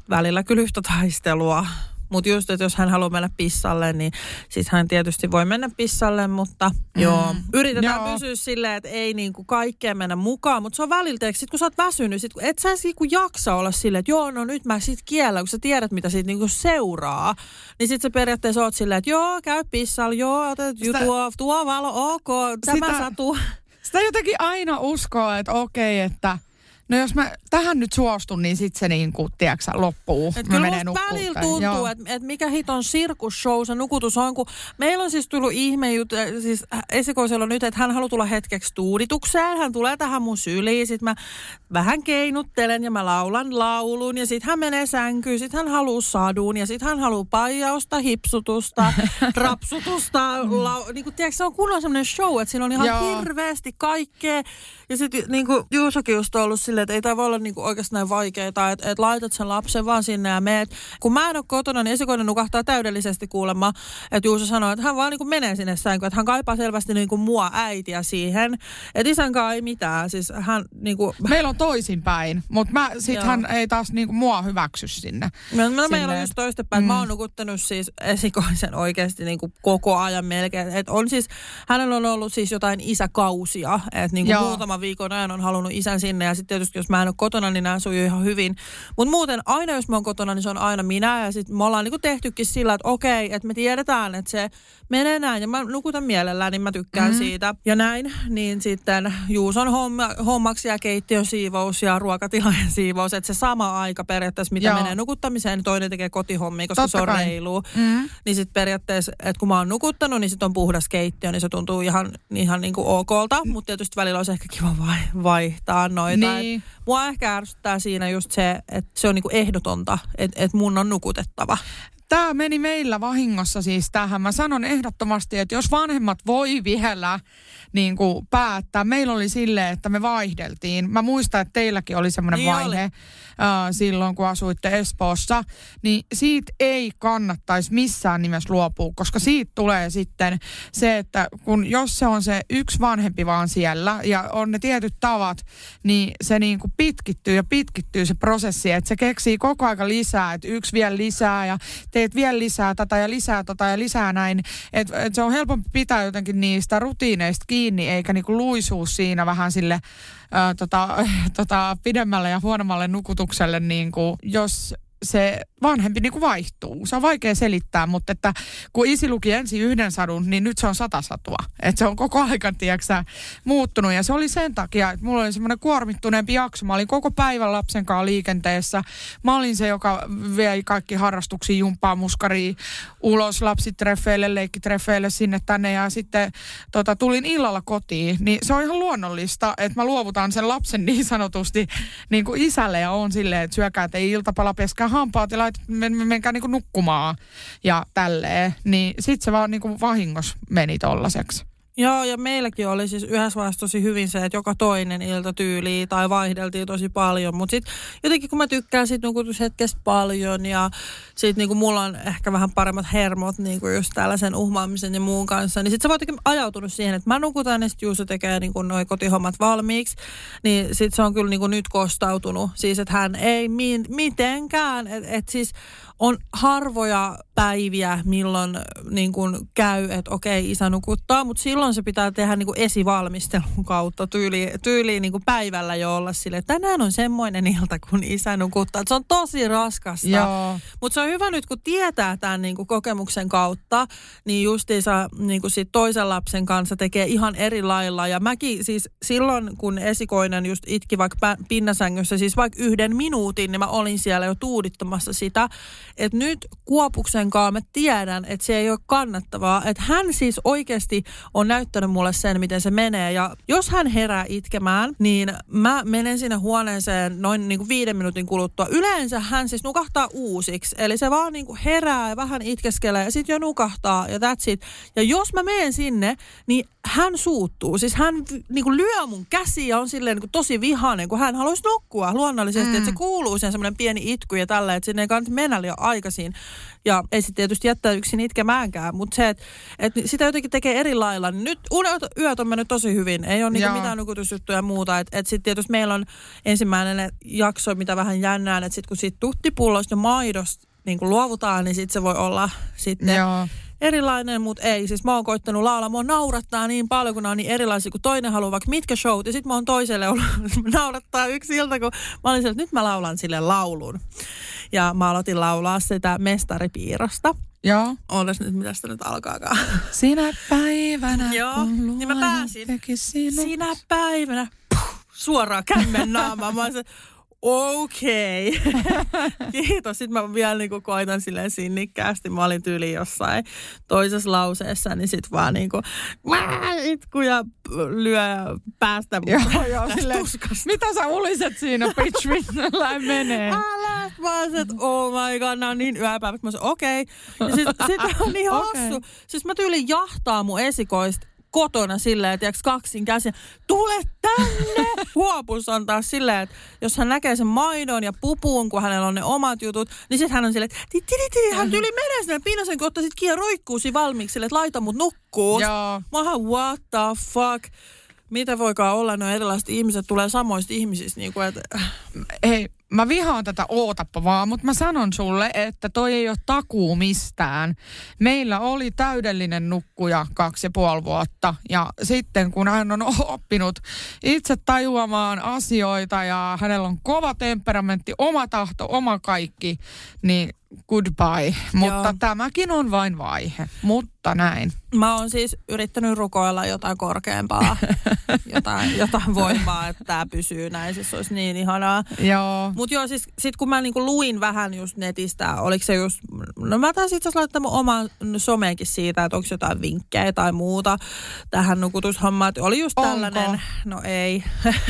välillä kyllä yhtä taistelua. Mutta just, että jos hän haluaa mennä pissalle, niin sitten hän tietysti voi mennä pissalle, mutta mm. joo. Yritetään joo. pysyä silleen, että ei niinku kaikkeen mennä mukaan, mutta se on välillä, että sit kun sä oot väsynyt, sit, et sä niinku jaksa olla silleen, että joo, no nyt mä sit kiellän, kun sä tiedät, mitä siitä niinku seuraa, niin sit sä periaatteessa oot silleen, että joo, käy pissalla, joo, otat, sitä, tuo, tuo valo, ok, tämä sitä, satuu. Sitä jotenkin aina uskoo, että okei, että no jos mä tähän nyt suostun, niin sit se niin kuin, tiedätkö, loppuu. Et kyllä musta välillä tuntuu, että et mikä hiton sirkusshow se nukutus on, kun meillä on siis tullut ihme juttu, siis esikoisella nyt, että hän haluaa tulla hetkeksi tuuditukseen, hän tulee tähän mun syliin, sit mä vähän keinuttelen ja mä laulan laulun ja sit hän menee sänkyyn, sit hän haluaa sadun ja sit hän haluaa paijausta, hipsutusta, rapsutusta, lau, niin kuin tiedätkö, se on kunnon semmoinen show, että siinä on ihan Joo. hirveästi kaikkea ja sit niin kuin Juusokin just on ollut silleen, että ei tämä voi olla niinku oikeasti näin vaikeaa, että et laitat sen lapsen vaan sinne ja meet. Kun mä en ole kotona, niin esikoinen nukahtaa täydellisesti kuulemma. Että Juuso sanoo, että hän vaan niinku menee sinne sänkyyn, että hän kaipaa selvästi niinku mua äitiä siihen. Että isänkaan ei mitään. Siis hän niinku meillä on toisinpäin, mutta mä sit hän ei taas niinku mua hyväksy sinne. No, no meillä on just toistepäin. Mm. Mä oon nukuttanut siis esikoisen oikeasti niinku koko ajan melkein. Et on siis, hänellä on ollut siis jotain isäkausia. Että niinku muutaman viikon ajan on halunnut isän sinne ja sitten tietysti jos mä en ole kotona, niin nämä sujuu ihan hyvin. Mutta muuten aina, jos mä oon kotona, niin se on aina minä. Ja sitten me ollaan niinku tehtykin sillä, että okei, että me tiedetään, että se menee näin. Ja mä nukutan mielellään, niin mä tykkään mm-hmm. siitä. Ja näin, niin sitten Juuson homma, hommaksi ja keittiön siivous ja ruokatilojen siivous. Että se sama aika periaatteessa, mitä Joo. menee nukuttamiseen, niin toinen tekee kotihommia, koska Totta se on kai. reilu. Mm-hmm. Niin sitten periaatteessa, että kun mä oon nukuttanut, niin sitten on puhdas keittiö, niin se tuntuu ihan, ihan niin kuin okolta. Mutta tietysti välillä olisi ehkä kiva vaihtaa noita. Niin. Mua ehkä ärsyttää siinä just se, että se on niinku ehdotonta, että et mun on nukutettava. Tämä meni meillä vahingossa siis tähän. Mä sanon ehdottomasti, että jos vanhemmat voi vielä niin kuin päättää. Meillä oli silleen, että me vaihdeltiin. Mä muistan, että teilläkin oli semmoinen niin vaihe äh, silloin, kun asuitte Espoossa. Niin siitä ei kannattaisi missään nimessä luopua, koska siitä tulee sitten se, että kun jos se on se yksi vanhempi vaan siellä ja on ne tietyt tavat, niin se niin kuin pitkittyy ja pitkittyy se prosessi, että se keksii koko aika lisää, että yksi vielä lisää ja teet vielä lisää tätä ja lisää tota ja lisää näin. Että et se on helpompi pitää jotenkin niistä rutiineista kiinni, eikä niinku luisuu siinä vähän sille ää, tota, tota, pidemmälle ja huonommalle nukutukselle, niinku, jos se vanhempi niin kuin vaihtuu. Se on vaikea selittää, mutta että kun isi luki ensin yhden sadun, niin nyt se on sata satua. Että se on koko ajan, tiedäksä, muuttunut. Ja se oli sen takia, että mulla oli semmoinen kuormittuneempi jakso. Mä olin koko päivän lapsen kanssa liikenteessä. Mä olin se, joka vei kaikki harrastuksia, jumppaa, muskaria, ulos lapsitreffeille, leikkitreffeille, sinne tänne. Ja sitten tota, tulin illalla kotiin. Niin se on ihan luonnollista, että mä luovutan sen lapsen niin sanotusti niin kuin isälle ja on silleen, että syökää, että ei iltapala peskää hampaat ja laitat, men, menkää niinku nukkumaan ja tälleen. Niin sit se vaan niinku vahingossa meni tollaseksi. Joo, ja meilläkin oli siis yhdessä vaiheessa tosi hyvin se, että joka toinen ilta tyyliin tai vaihdeltiin tosi paljon. Mutta sitten jotenkin kun mä tykkään siitä nukutushetkestä paljon ja sitten niinku mulla on ehkä vähän paremmat hermot niinku just tällaisen uhmaamisen ja muun kanssa, niin sitten se voi jotenkin ajautunut siihen, että mä nukutan ja sitten Juuso tekee niinku noi kotihommat valmiiksi. Niin sitten se on kyllä niinku nyt kostautunut. Siis että hän ei mi- mitenkään, että et siis on harvoja päiviä, milloin niin kuin käy, että okei, isä nukuttaa, mutta silloin se pitää tehdä niin kuin esivalmistelun kautta tyyliin tyyli, niin kuin päivällä jo olla silleen, että tänään on semmoinen ilta, kun isä nukuttaa. Se on tosi raskasta, mutta se on hyvä nyt, kun tietää tämän niin kuin kokemuksen kautta, niin justiinsa niin kuin sit toisen lapsen kanssa tekee ihan eri lailla. Ja mäkin siis silloin, kun esikoinen just itki vaikka pinnasängyssä, siis vaikka yhden minuutin, niin mä olin siellä jo tuudittamassa sitä, että nyt Kuopuksen kanssa mä tiedän, että se ei ole kannattavaa. Että hän siis oikeasti on näyttänyt mulle sen, miten se menee. Ja jos hän herää itkemään, niin mä menen sinne huoneeseen noin niin kuin viiden minuutin kuluttua. Yleensä hän siis nukahtaa uusiksi. Eli se vaan niin kuin herää ja vähän itkeskelee ja sitten jo nukahtaa ja that's it. Ja jos mä menen sinne, niin hän suuttuu. Siis hän niin kuin lyö mun käsiä ja on silleen niin kuin tosi vihainen, kun hän haluaisi nukkua luonnollisesti. Mm. Että se kuuluu siihen semmoinen pieni itku ja tällä, että sinne ei kannata mennä liian aikaisin. Ja ei sitten tietysti jättää yksin itkemäänkään, mutta se, että, että sitä jotenkin tekee eri lailla, niin on. Nyt unet yöt on mennyt tosi hyvin. Ei ole niinku mitään nukutusjuttuja ja muuta. Että et sitten tietysti meillä on ensimmäinen jakso, mitä vähän jännään, että sitten kun siitä tuhtipullosta ja maidosta niinku luovutaan, niin sitten se voi olla sitten Joo. erilainen, mutta ei. Siis mä oon koittanut laulaa. Mua naurattaa niin paljon, kun nämä on niin erilaisia, kun toinen haluaa vaikka mitkä showt. Ja sitten mä oon toiselle ollut, naurattaa yksi ilta, kun mä olin siellä, että nyt mä laulan sille laulun. Ja mä aloitin laulaa sitä Mestaripiirrosta. Joo. Ootas nyt, mitä sitä nyt alkaakaan. Sinä päivänä, Joo, kun niin mä pääsin. Sinä päivänä, puh, suoraan kämmen naamaan. Mä olisin, okei. Okay. Kiitos. Sitten mä vielä niinku koitan silleen sinnikkäästi. Mä olin tyyliin jossain toisessa lauseessa, niin sit vaan niinku itku ja lyö päästä. Joo, joo, silleen, mitä sä uliset siinä, bitch, millä menee? Älä, mä olisin, että oh my god, nää on niin yöpäivät. Mä olisin, okei. Okay. Ja sit, sit on niin hassu. Okay. Siis mä tyyliin jahtaa mun esikoista kotona silleen, että kaksin käsin, tule tänne! Huopus on taas silleen, että jos hän näkee sen maidon ja pupuun, kun hänellä on ne omat jutut, niin sitten hän on silleen, että hän tyyli menee sinne piinasen, kun ottaa sit kiinni roikkuusi valmiiksi silleen, että laita mut nukkuun. Joo. Mä oon, what the fuck? Mitä voikaan olla, no erilaiset ihmiset tulee samoista ihmisistä, niin kuin, että... Hei, mä vihaan tätä ootappa vaan, mutta mä sanon sulle, että toi ei ole takuu mistään. Meillä oli täydellinen nukkuja kaksi ja puoli vuotta. Ja sitten kun hän on oppinut itse tajuamaan asioita ja hänellä on kova temperamentti, oma tahto, oma kaikki, niin goodbye. Mutta Joo. tämäkin on vain vaihe, mutta näin. Mä oon siis yrittänyt rukoilla jotain korkeampaa, jotain, jotain voimaa, että tää pysyy näin. Siis olisi niin ihanaa. Joo. Mut joo, siis sit kun mä niinku luin vähän just netistä, oliko se just, no mä taisin itse asiassa laittaa mun oman someenkin siitä, että onko jotain vinkkejä tai muuta tähän nukutushommaan. Oli just tällainen, onko? No ei,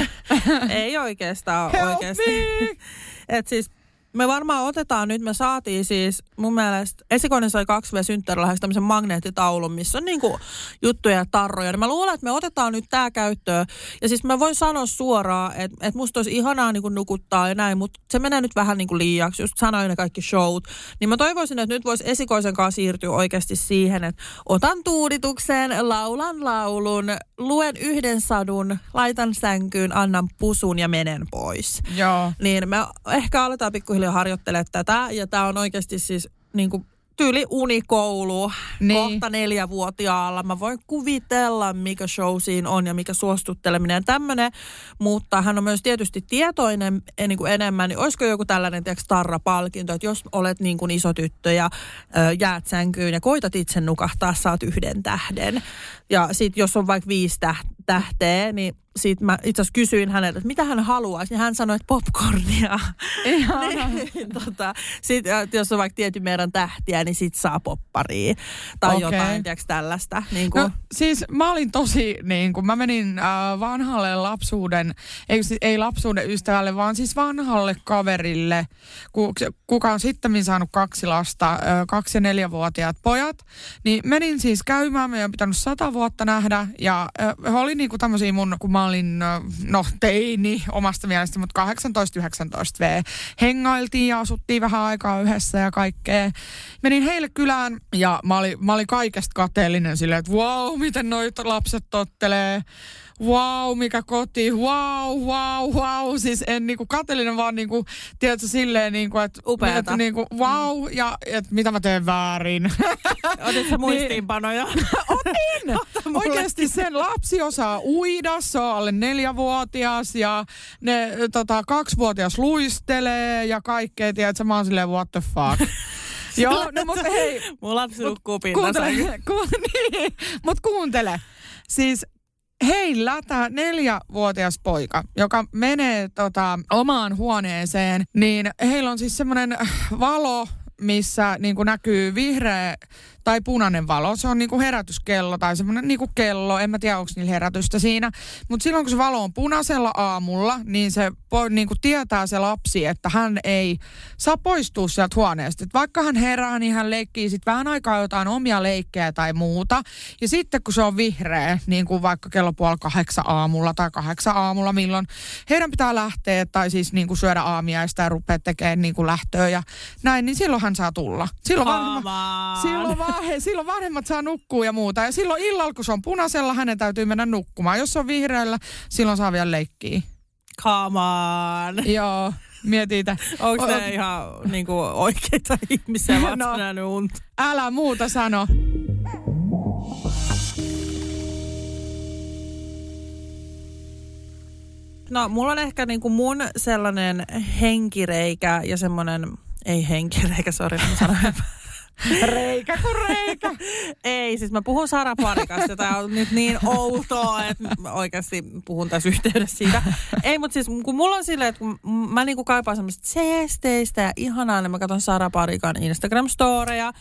ei oikeastaan Help oikeasti. Me. Et siis me varmaan otetaan nyt, me saatiin siis mun mielestä, esikoinen sai kaksi V-synttärilahjaksi tämmöisen magneettitaulun, missä on niinku juttuja ja tarroja. Niin mä luulen, että me otetaan nyt tää käyttöön. Ja siis mä voin sanoa suoraan, että, että musta olisi ihanaa niinku nukuttaa ja näin, mutta se menee nyt vähän niinku liiaksi. Just sanoin ne kaikki showt. Niin mä toivoisin, että nyt voisi esikoisen kanssa siirtyä oikeasti siihen, että otan tuudituksen, laulan laulun, luen yhden sadun, laitan sänkyyn, annan pusun ja menen pois. Joo. Niin me ehkä aletaan pikkuhiljaa harjoittelemaan tätä, ja tämä on oikeasti siis niin kuin tyyli unikoulu, niin. Kohta neljävuotiaalla. Mä voin kuvitella, mikä show siinä on ja mikä suostutteleminen ja tämmöinen, mutta hän on myös tietysti tietoinen niin kuin enemmän, niin olisiko joku tällainen tiiäks, tarrapalkinto, että jos olet niin kuin iso tyttö ja ö, jäät sänkyyn ja koitat itse nukahtaa, saat yhden tähden. Ja sitten jos on vaikka viisi tähteä, niin sitten mä itse asiassa kysyin häneltä, että mitä hän haluaisi, niin hän sanoi, että popcornia. niin, tota, sitten jos on vaikka tietyn meidän tähtiä, niin sit saa popparia. Tai okay. jotain, tiiäks, tällaista. Niin kuin. No siis mä olin tosi, niin kuin mä menin äh, vanhalle lapsuuden, ei, ei lapsuuden ystävälle, vaan siis vanhalle kaverille, ku, kuka on sittemmin saanut kaksi lasta, äh, kaksi- ja neljävuotiaat pojat. Niin menin siis käymään, me on pitänyt sata vuotta nähdä, ja äh, oli niin kuin tämmöisiä mun, kun mä olin, no teini omasta mielestä, mutta kahdeksantoista yhdeksäntoista V. Hengailtiin ja asuttiin vähän aikaa yhdessä ja kaikkea. Menin heille kylään ja mä olin, mä olin kaikesta kateellinen silleen, että wow, miten noita lapset tottelee. Wow, mikä koti, wow, wow, wow. Siis en niinku kateellinen, vaan niinku, tiedätkö, silleen niinku, että... Upeata. Niinku, wow, ja että mitä mä teen väärin. Otit sä muistiinpanoja? Otin! Oikeasti sen lapsi osaa uida, se on alle neljävuotias ja ne tota, kaksivuotias luistelee ja kaikkea, tiedätkö, mä oon silleen what the fuck. Joo, no mutta hei. Mun lapsi nukkuu pinnassa. Kuuntele, ku, niin, mut kuuntele. Siis heillä tämä neljävuotias poika, joka menee tota, omaan huoneeseen, niin heillä on siis semmoinen valo, missä niin kuin näkyy vihreä tai punainen valo. Se on niin kuin herätyskello tai semmoinen niin kuin kello. En mä tiedä, onko niillä herätystä siinä. Mutta silloin, kun se valo on punaisella aamulla, niin se niin kuin tietää se lapsi, että hän ei saa poistua sieltä huoneesta. Et vaikka hän herää, niin hän leikkii sitten vähän aikaa jotain omia leikkejä tai muuta. Ja sitten, kun se on vihreä, niin kuin vaikka kello puoli kahdeksan aamulla tai kahdeksan aamulla, milloin heidän pitää lähteä tai siis niin kuin syödä aamiaista ja rupeaa tekemään niin kuin lähtöä ja näin, niin silloin hän saa tulla. Silloin vanhemmat, silloin Aa, he, silloin vanhemmat saa nukkua ja muuta. Ja silloin illalla, kun se on punaisella, hänen täytyy mennä nukkumaan. Jos se on vihreällä, silloin saa vielä leikkiä. Come on. Joo, mietitä. Onko ne o- ihan niinku oikeita ihmisiä, vaan no, nähnyt unta? Älä muuta sano. No, mulla on ehkä niinku mun sellainen henkireikä ja semmoinen, ei henkireikä, sori, mä sanoin. Reikä kuin reikä. Ei, siis mä puhun Sara Parikasta, jota on nyt niin outoa, että mä oikeasti puhun tässä yhteydessä siitä. Ei, mutta siis kun mulla on silleen, että kun mä niinku kaipaan semmoista seesteistä ja ihanaa, niin mä katson Sara Parikan Instagram-storeja.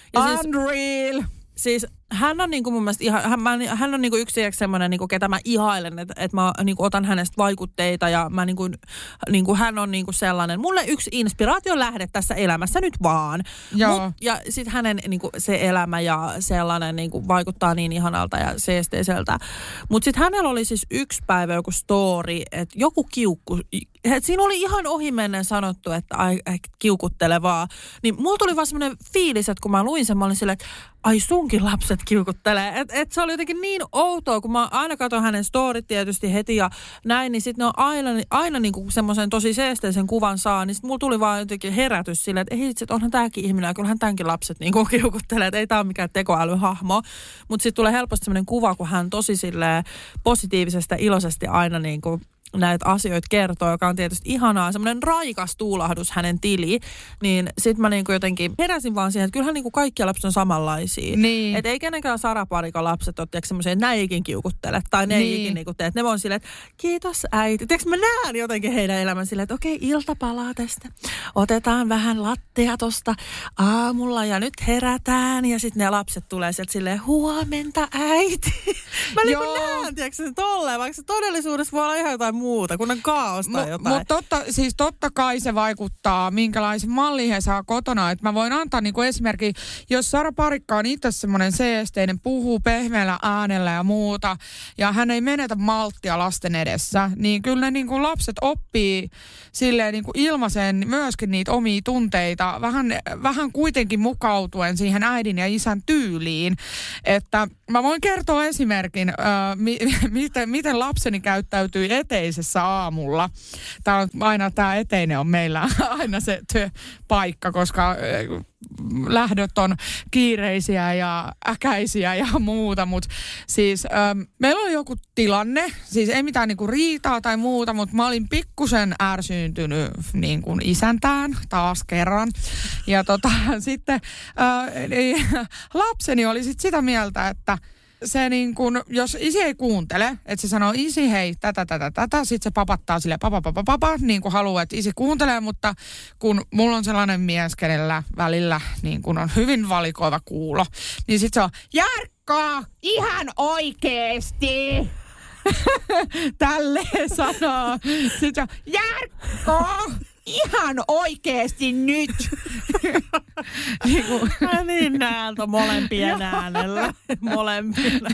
Unreal! Siis, siis hän on niinku mun mielestä ihan, hän, mä, hän on niinku yksi semmoinen, niinku, ketä mä ihailen, että et mä niinku otan hänestä vaikutteita ja mä niinku, niinku, hän on niinku sellainen, mulle yksi inspiraation lähde tässä elämässä nyt vaan. Joo. Mut, ja sit hänen niinku, se elämä ja sellainen niinku, vaikuttaa niin ihanalta ja seesteiseltä. Mut sit hänellä oli siis yksi päivä joku story, että joku kiukku, et siinä oli ihan ohimennen sanottu, että ai, kiukuttelevaa. Niin mulla tuli vaan semmoinen fiilis, että kun mä luin sen, mä olin silleen, että ai sunkin lapset kiukuttelee. Että et se oli jotenkin niin outoa, kun mä aina katson hänen storit tietysti heti ja näin, niin sitten ne on aina, aina niinku semmoisen tosi seesteisen kuvan saa, niin sitten mulla tuli vaan jotenkin herätys silleen, että ei itse, että onhan tääkin ihminen ja kyllähän tämänkin lapset niinku kiukuttelee, että ei tää ole mikään tekoälyhahmo. Mutta sitten tulee helposti semmoinen kuva, kun hän tosi silleen positiivisesti ja iloisesti aina niinku näitä asioita kertoo, joka on tietysti ihanaa, semmoinen raikas tuulahdus hänen tili, niin sit mä niinku jotenkin heräsin vaan siihen, että kyllähän niinku kaikki lapset on samanlaisia. Niin. Että ei kenenkään Sara Parikan lapset ole tiedätkö semmoisia, että näin ikin kiukuttele, tai ne niin. ei ikin niinku tee, että ne on silleen, että kiitos äiti. Tiedätkö mä näen jotenkin heidän elämän silleen, että okei, ilta palaa tästä, otetaan vähän lattea tosta aamulla ja nyt herätään, ja sitten ne lapset tulee sieltä silleen, huomenta äiti. Mä niinku näen, tiedätkö se tolleen, vaikka se todellisuudessa voi olla ihan jotain muuta, kun on kaaos tai jotain. Mutta totta, siis totta kai se vaikuttaa, minkälaisen mallin he saa kotona. Et mä voin antaa niinku esimerkki, jos Sara Parikka on itse semmoinen seesteinen, puhuu pehmeällä äänellä ja muuta, ja hän ei menetä malttia lasten edessä, niin kyllä ne niinku lapset oppii silleen niinku ilmaisen myöskin niitä omia tunteita, vähän, vähän kuitenkin mukautuen siihen äidin ja isän tyyliin. Että mä voin kertoa esimerkin, äh, mi- miten, miten lapseni käyttäytyy eteisessä aamulla. Tää on aina tämä eteinen on meillä aina se työpaikka, koska äh, lähdöt on kiireisiä ja äkäisiä ja muuta, mutta siis ähm, meillä on joku tilanne, siis ei mitään niinku riitaa tai muuta, mutta mä olin pikkusen ärsyyntynyt niin kuin isäntään taas kerran. Ja tota, sitten äh, niin, lapseni oli sit sitä mieltä, että se niin kuin, jos isi ei kuuntele, että se sanoo isi hei tätä, tätä, tätä, sitten se papattaa sille papa, papa, papa, niin kuin haluaa, että isi kuuntelee, mutta kun mulla on sellainen mies, kenellä välillä niin kuin on hyvin valikoiva kuulo, niin sitten se on Jarkko, ihan oikeesti. Tälleen sanoo. Sitten se on Jarkko, ihan oikeesti nyt. niin kuin. Mä niin näältä molempien äänellä. Molempina.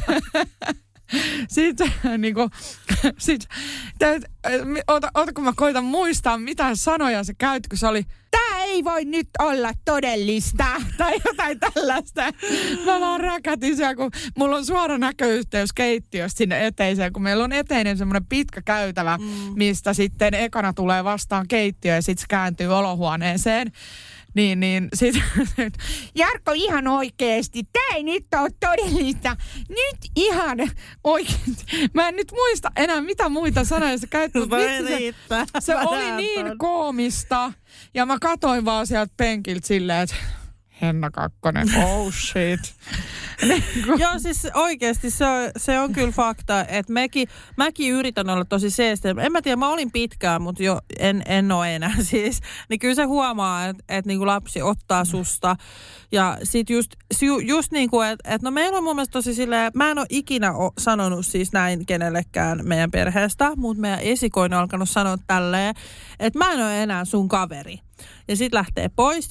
Sitten niin kuin, sit, täyt, ota, ota, kun mä koitan muistaa, mitä sanoja se käytti, kun se oli, tää ei voi nyt olla todellista, tai jotain tällaista. Mä vaan räkätin siellä, kun mulla on suora näköyhteys keittiöstä sinne eteiseen, kun meillä on eteinen semmoinen pitkä käytävä, mm. mistä sitten ekana tulee vastaan keittiö ja sitten se kääntyy olohuoneeseen. Niin, niin sit, Jarkko ihan oikeesti, tää ei nyt ole todellista. Nyt ihan oikeesti. Mä en nyt muista enää mitä muita sanoja se käytti. Se, se oli niin koomista. Ja mä katoin vaan sieltä penkiltä silleen, että Henna Kakkonen, oh shit. Joo, siis oikeasti se on, se on kyllä fakta, että mäkin, mäkin yritän olla tosi seesteinen. En mä tiedä, mä olin pitkään, mutta jo en, en ole enää siis. Niin kyllä se huomaa, että, että niin kuin lapsi ottaa susta. Ja sit just, just niin kuin, että, että no meillä on mun mielestä tosi silleen, mä en ole ikinä ole sanonut siis näin kenellekään meidän perheestä, mutta meidän esikoinen on alkanut sanoa tälleen, että mä en ole enää sun kaveri. Ja sit lähtee pois ja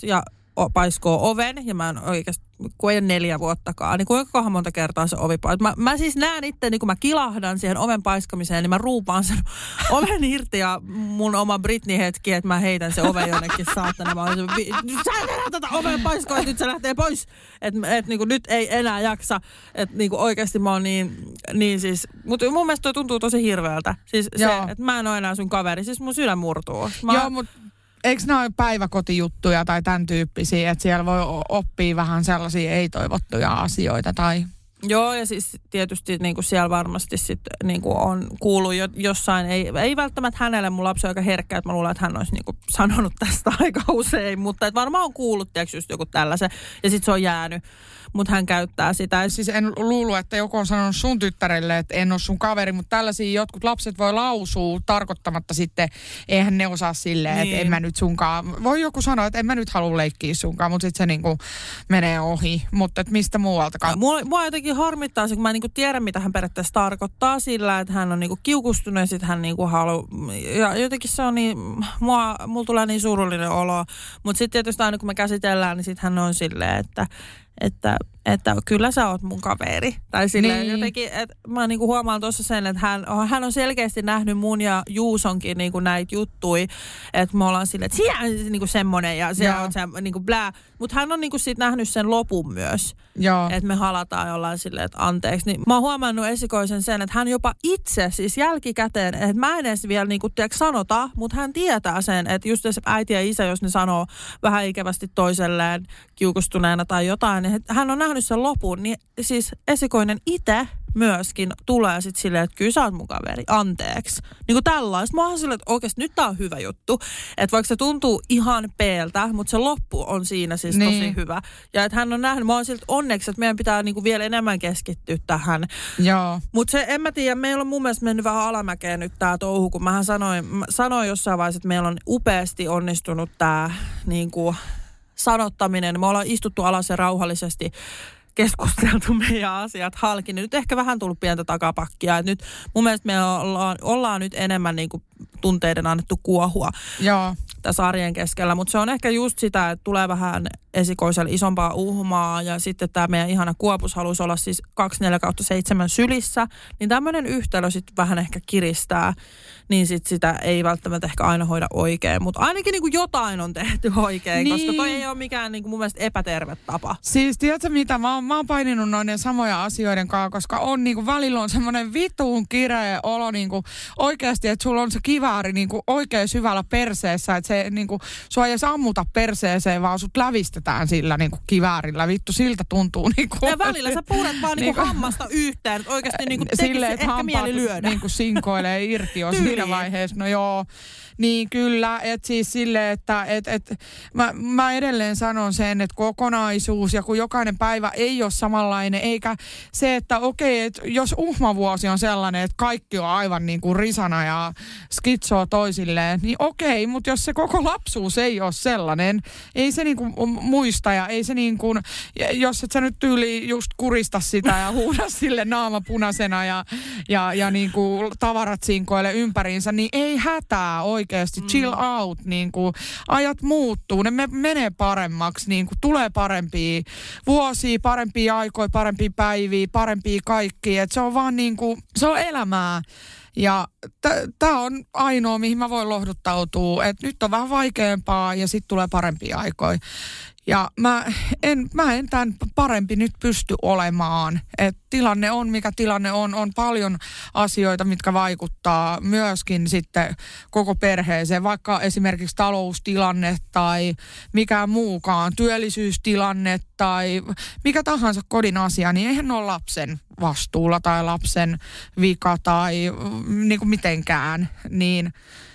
paiskoo oven ja mä en oikeasti, kun ei ole neljä vuottakaan, niin kuinka monta kertaa se ovi paiskoo. Mä, mä siis näen itse, niin kun mä kilahdan siihen oven paiskamiseen, niin mä ruupaan sen oven irti ja mun oma Britney-hetki, että mä heitän se oven jonnekin saatana. Mä olisin, sä et enää tätä oven paiskoa, että nyt se lähtee pois. Että et, niin nyt ei enää jaksa. Että niin oikeasti mä oon niin, niin siis, mutta mun mielestä toi tuntuu tosi hirveältä. Siis se, että mä en ole enää sun kaveri, siis mun sydän murtuu. Mä, Joo, mutta eikö nämä ole päiväkotijuttuja tai tämän tyyppisiä, että siellä voi oppia vähän sellaisia ei-toivottuja asioita tai... Joo, ja siis tietysti niin kuin siellä varmasti sit, niin kuin on kuullut jo, jossain, ei, ei välttämättä hänelle, mun lapsi on aika herkkä, että mä luulen, että hän olisi niin kuin sanonut tästä aika usein, mutta että varmaan on kuullut, tiedätkö, just joku tällaisen, ja sitten se on jäänyt, mutta hän käyttää sitä. Siis en luullut, että joku on sanonut sun tyttärelle, että en ole sun kaveri, mutta tällaisia jotkut lapset voi lausua tarkoittamatta sitten, eihän ne osaa silleen, niin. Että en mä nyt sunkaan, voi joku sanoa, että en mä nyt halua leikkiä sunkaan, mutta sitten se niin kuin menee ohi, mutta että mistä muualtakaan. Mua, mua jotenkin harmittaa se, kun mä en niinku tiedä, mitä hän periaatteessa tarkoittaa sillä, että hän on niinku kiukustunut ja sitten hän niinku haluaa. Ja jotenkin se on niin, mua, mulla tulee niin surullinen olo. Mutta sitten tietysti aina kun me käsitellään, niin sitten hän on silleen, että, että, että kyllä sä oot mun kaveri. Tai silleen niin. Jotenkin, että mä niinku huomaan tuossa sen, että hän, hän on selkeästi nähnyt mun ja Juusonkin niinku näitä juttui, että me ollaan silleen, että sinä on niinku semmonen ja se on se niinku blää. Mutta hän on niinku sit nähnyt sen lopun myös. Joo. Että me halataan jollain silleen, että anteeksi. Niin mä oon huomannut esikoisen sen, että hän jopa itse, siis jälkikäteen, että mä en edes vielä niinku tiedätkö sanota, mutta hän tietää sen, että just jos äiti ja isä, jos ne sanoo vähän ikävästi toiselleen kiukustuneena tai jotain, niin hän on nähnyt sen lopun, niin siis esikoinen itse myöskin tulee sitten silleen, että kyllä sä oot mun kaveri, anteeksi. Niin kuin tällaista. Mä oon silleen, että oikeasti nyt tää on hyvä juttu. Että vaikka se tuntuu ihan peeltä, mutta se loppu on siinä siis niin. Tosi hyvä. Ja että hän on nähnyt, mä oon siltä onneksi, että meidän pitää niinku vielä enemmän keskittyä tähän. Joo. Mutta se, en mä tiedä, meillä on mun mielestä mennyt vähän alamäkeen nyt tää touhu, kun mähän sanoin, mä sanoin jossain vaiheessa, että meillä on upeasti onnistunut tää niinku sanottaminen. Me ollaan istuttu alas ja rauhallisesti keskusteltu meidän asiat halki. Nyt ehkä vähän tullut pientä takapakkia. Et nyt mun mielestä me ollaan, ollaan nyt enemmän niin kuin tunteiden annettu kuohua Joo. tässä arjen keskellä. Mutta se on ehkä just sitä, että tulee vähän esikoisella isompaa uhmaa ja sitten tämä meidän ihana Kuopus haluaisi olla siis kaksikymmentäneljä kautta seitsemän sylissä. Niin tämmöinen yhtälö sitten vähän ehkä kiristää. Niin sitten sitä ei välttämättä ehkä aina hoida oikein. Mutta ainakin niin kuin jotain on tehty oikein, niin. Koska toi ei ole mikään niin kuin mun mielestä epäterve tapa. Siis tiedätkö mitä, mä oon, mä oon paininut noiden samoja asioiden kanssa, koska on niin kuin välillä on semmoinen vituun kireä olo niin kuin oikeasti, että sulla on se kivääri niin kuin oikein syvällä perseessä, että se niin kuin, sua ei edes ammuta perseeseen, vaan sut lävistetään sillä niin kuin kiväärillä. Vittu, siltä tuntuu. Niin kuin, ja välillä sä puhutat vaan niin kuin hammasta yhteen, että oikeasti niin kuin tekisi ehkä mieli lyödä. Niin kuin sinkoilee irti jo siinä vaiheessa. No joo, niin kyllä, että siis silleen, että et, et, mä, mä edelleen sanon sen, että kokonaisuus ja kun jokainen päivä ei ole samanlainen, eikä se, että okei, että jos uhmavuosi on sellainen, että kaikki on aivan niin kuin risana ja skitsoo toisilleen, niin okei, mutta jos se koko lapsuus ei ole sellainen, ei se niin kuin muista ja ei se niin kuin, jos et sä nyt tyyli just kurista sitä ja huuda sille naama punaisena ja, ja, ja niin kuin tavarat sinkoile ympäriinsä, niin ei hätää oikeasti, chill out, niin kuin ajat muuttuu, ne me, menee paremmaksi, niin kuin tulee parempia vuosia, parempia aikoja, parempia päiviä, parempia kaikkia, että se on vaan niin kuin, se on elämää. Ja tämä on ainoa, mihin mä voin lohduttautua, että nyt on vähän vaikeampaa ja sitten tulee parempia aikoja. Ja mä en, mä en tämän parempi nyt pysty olemaan. Et tilanne on, mikä tilanne on. On paljon asioita, mitkä vaikuttaa myöskin sitten koko perheeseen. Vaikka esimerkiksi taloustilanne tai mikä muukaan, työllisyystilanne tai mikä tahansa kodin asia, niin eihän ole lapsen vastuulla tai lapsen vika tai niin kuin mitenkään. Niin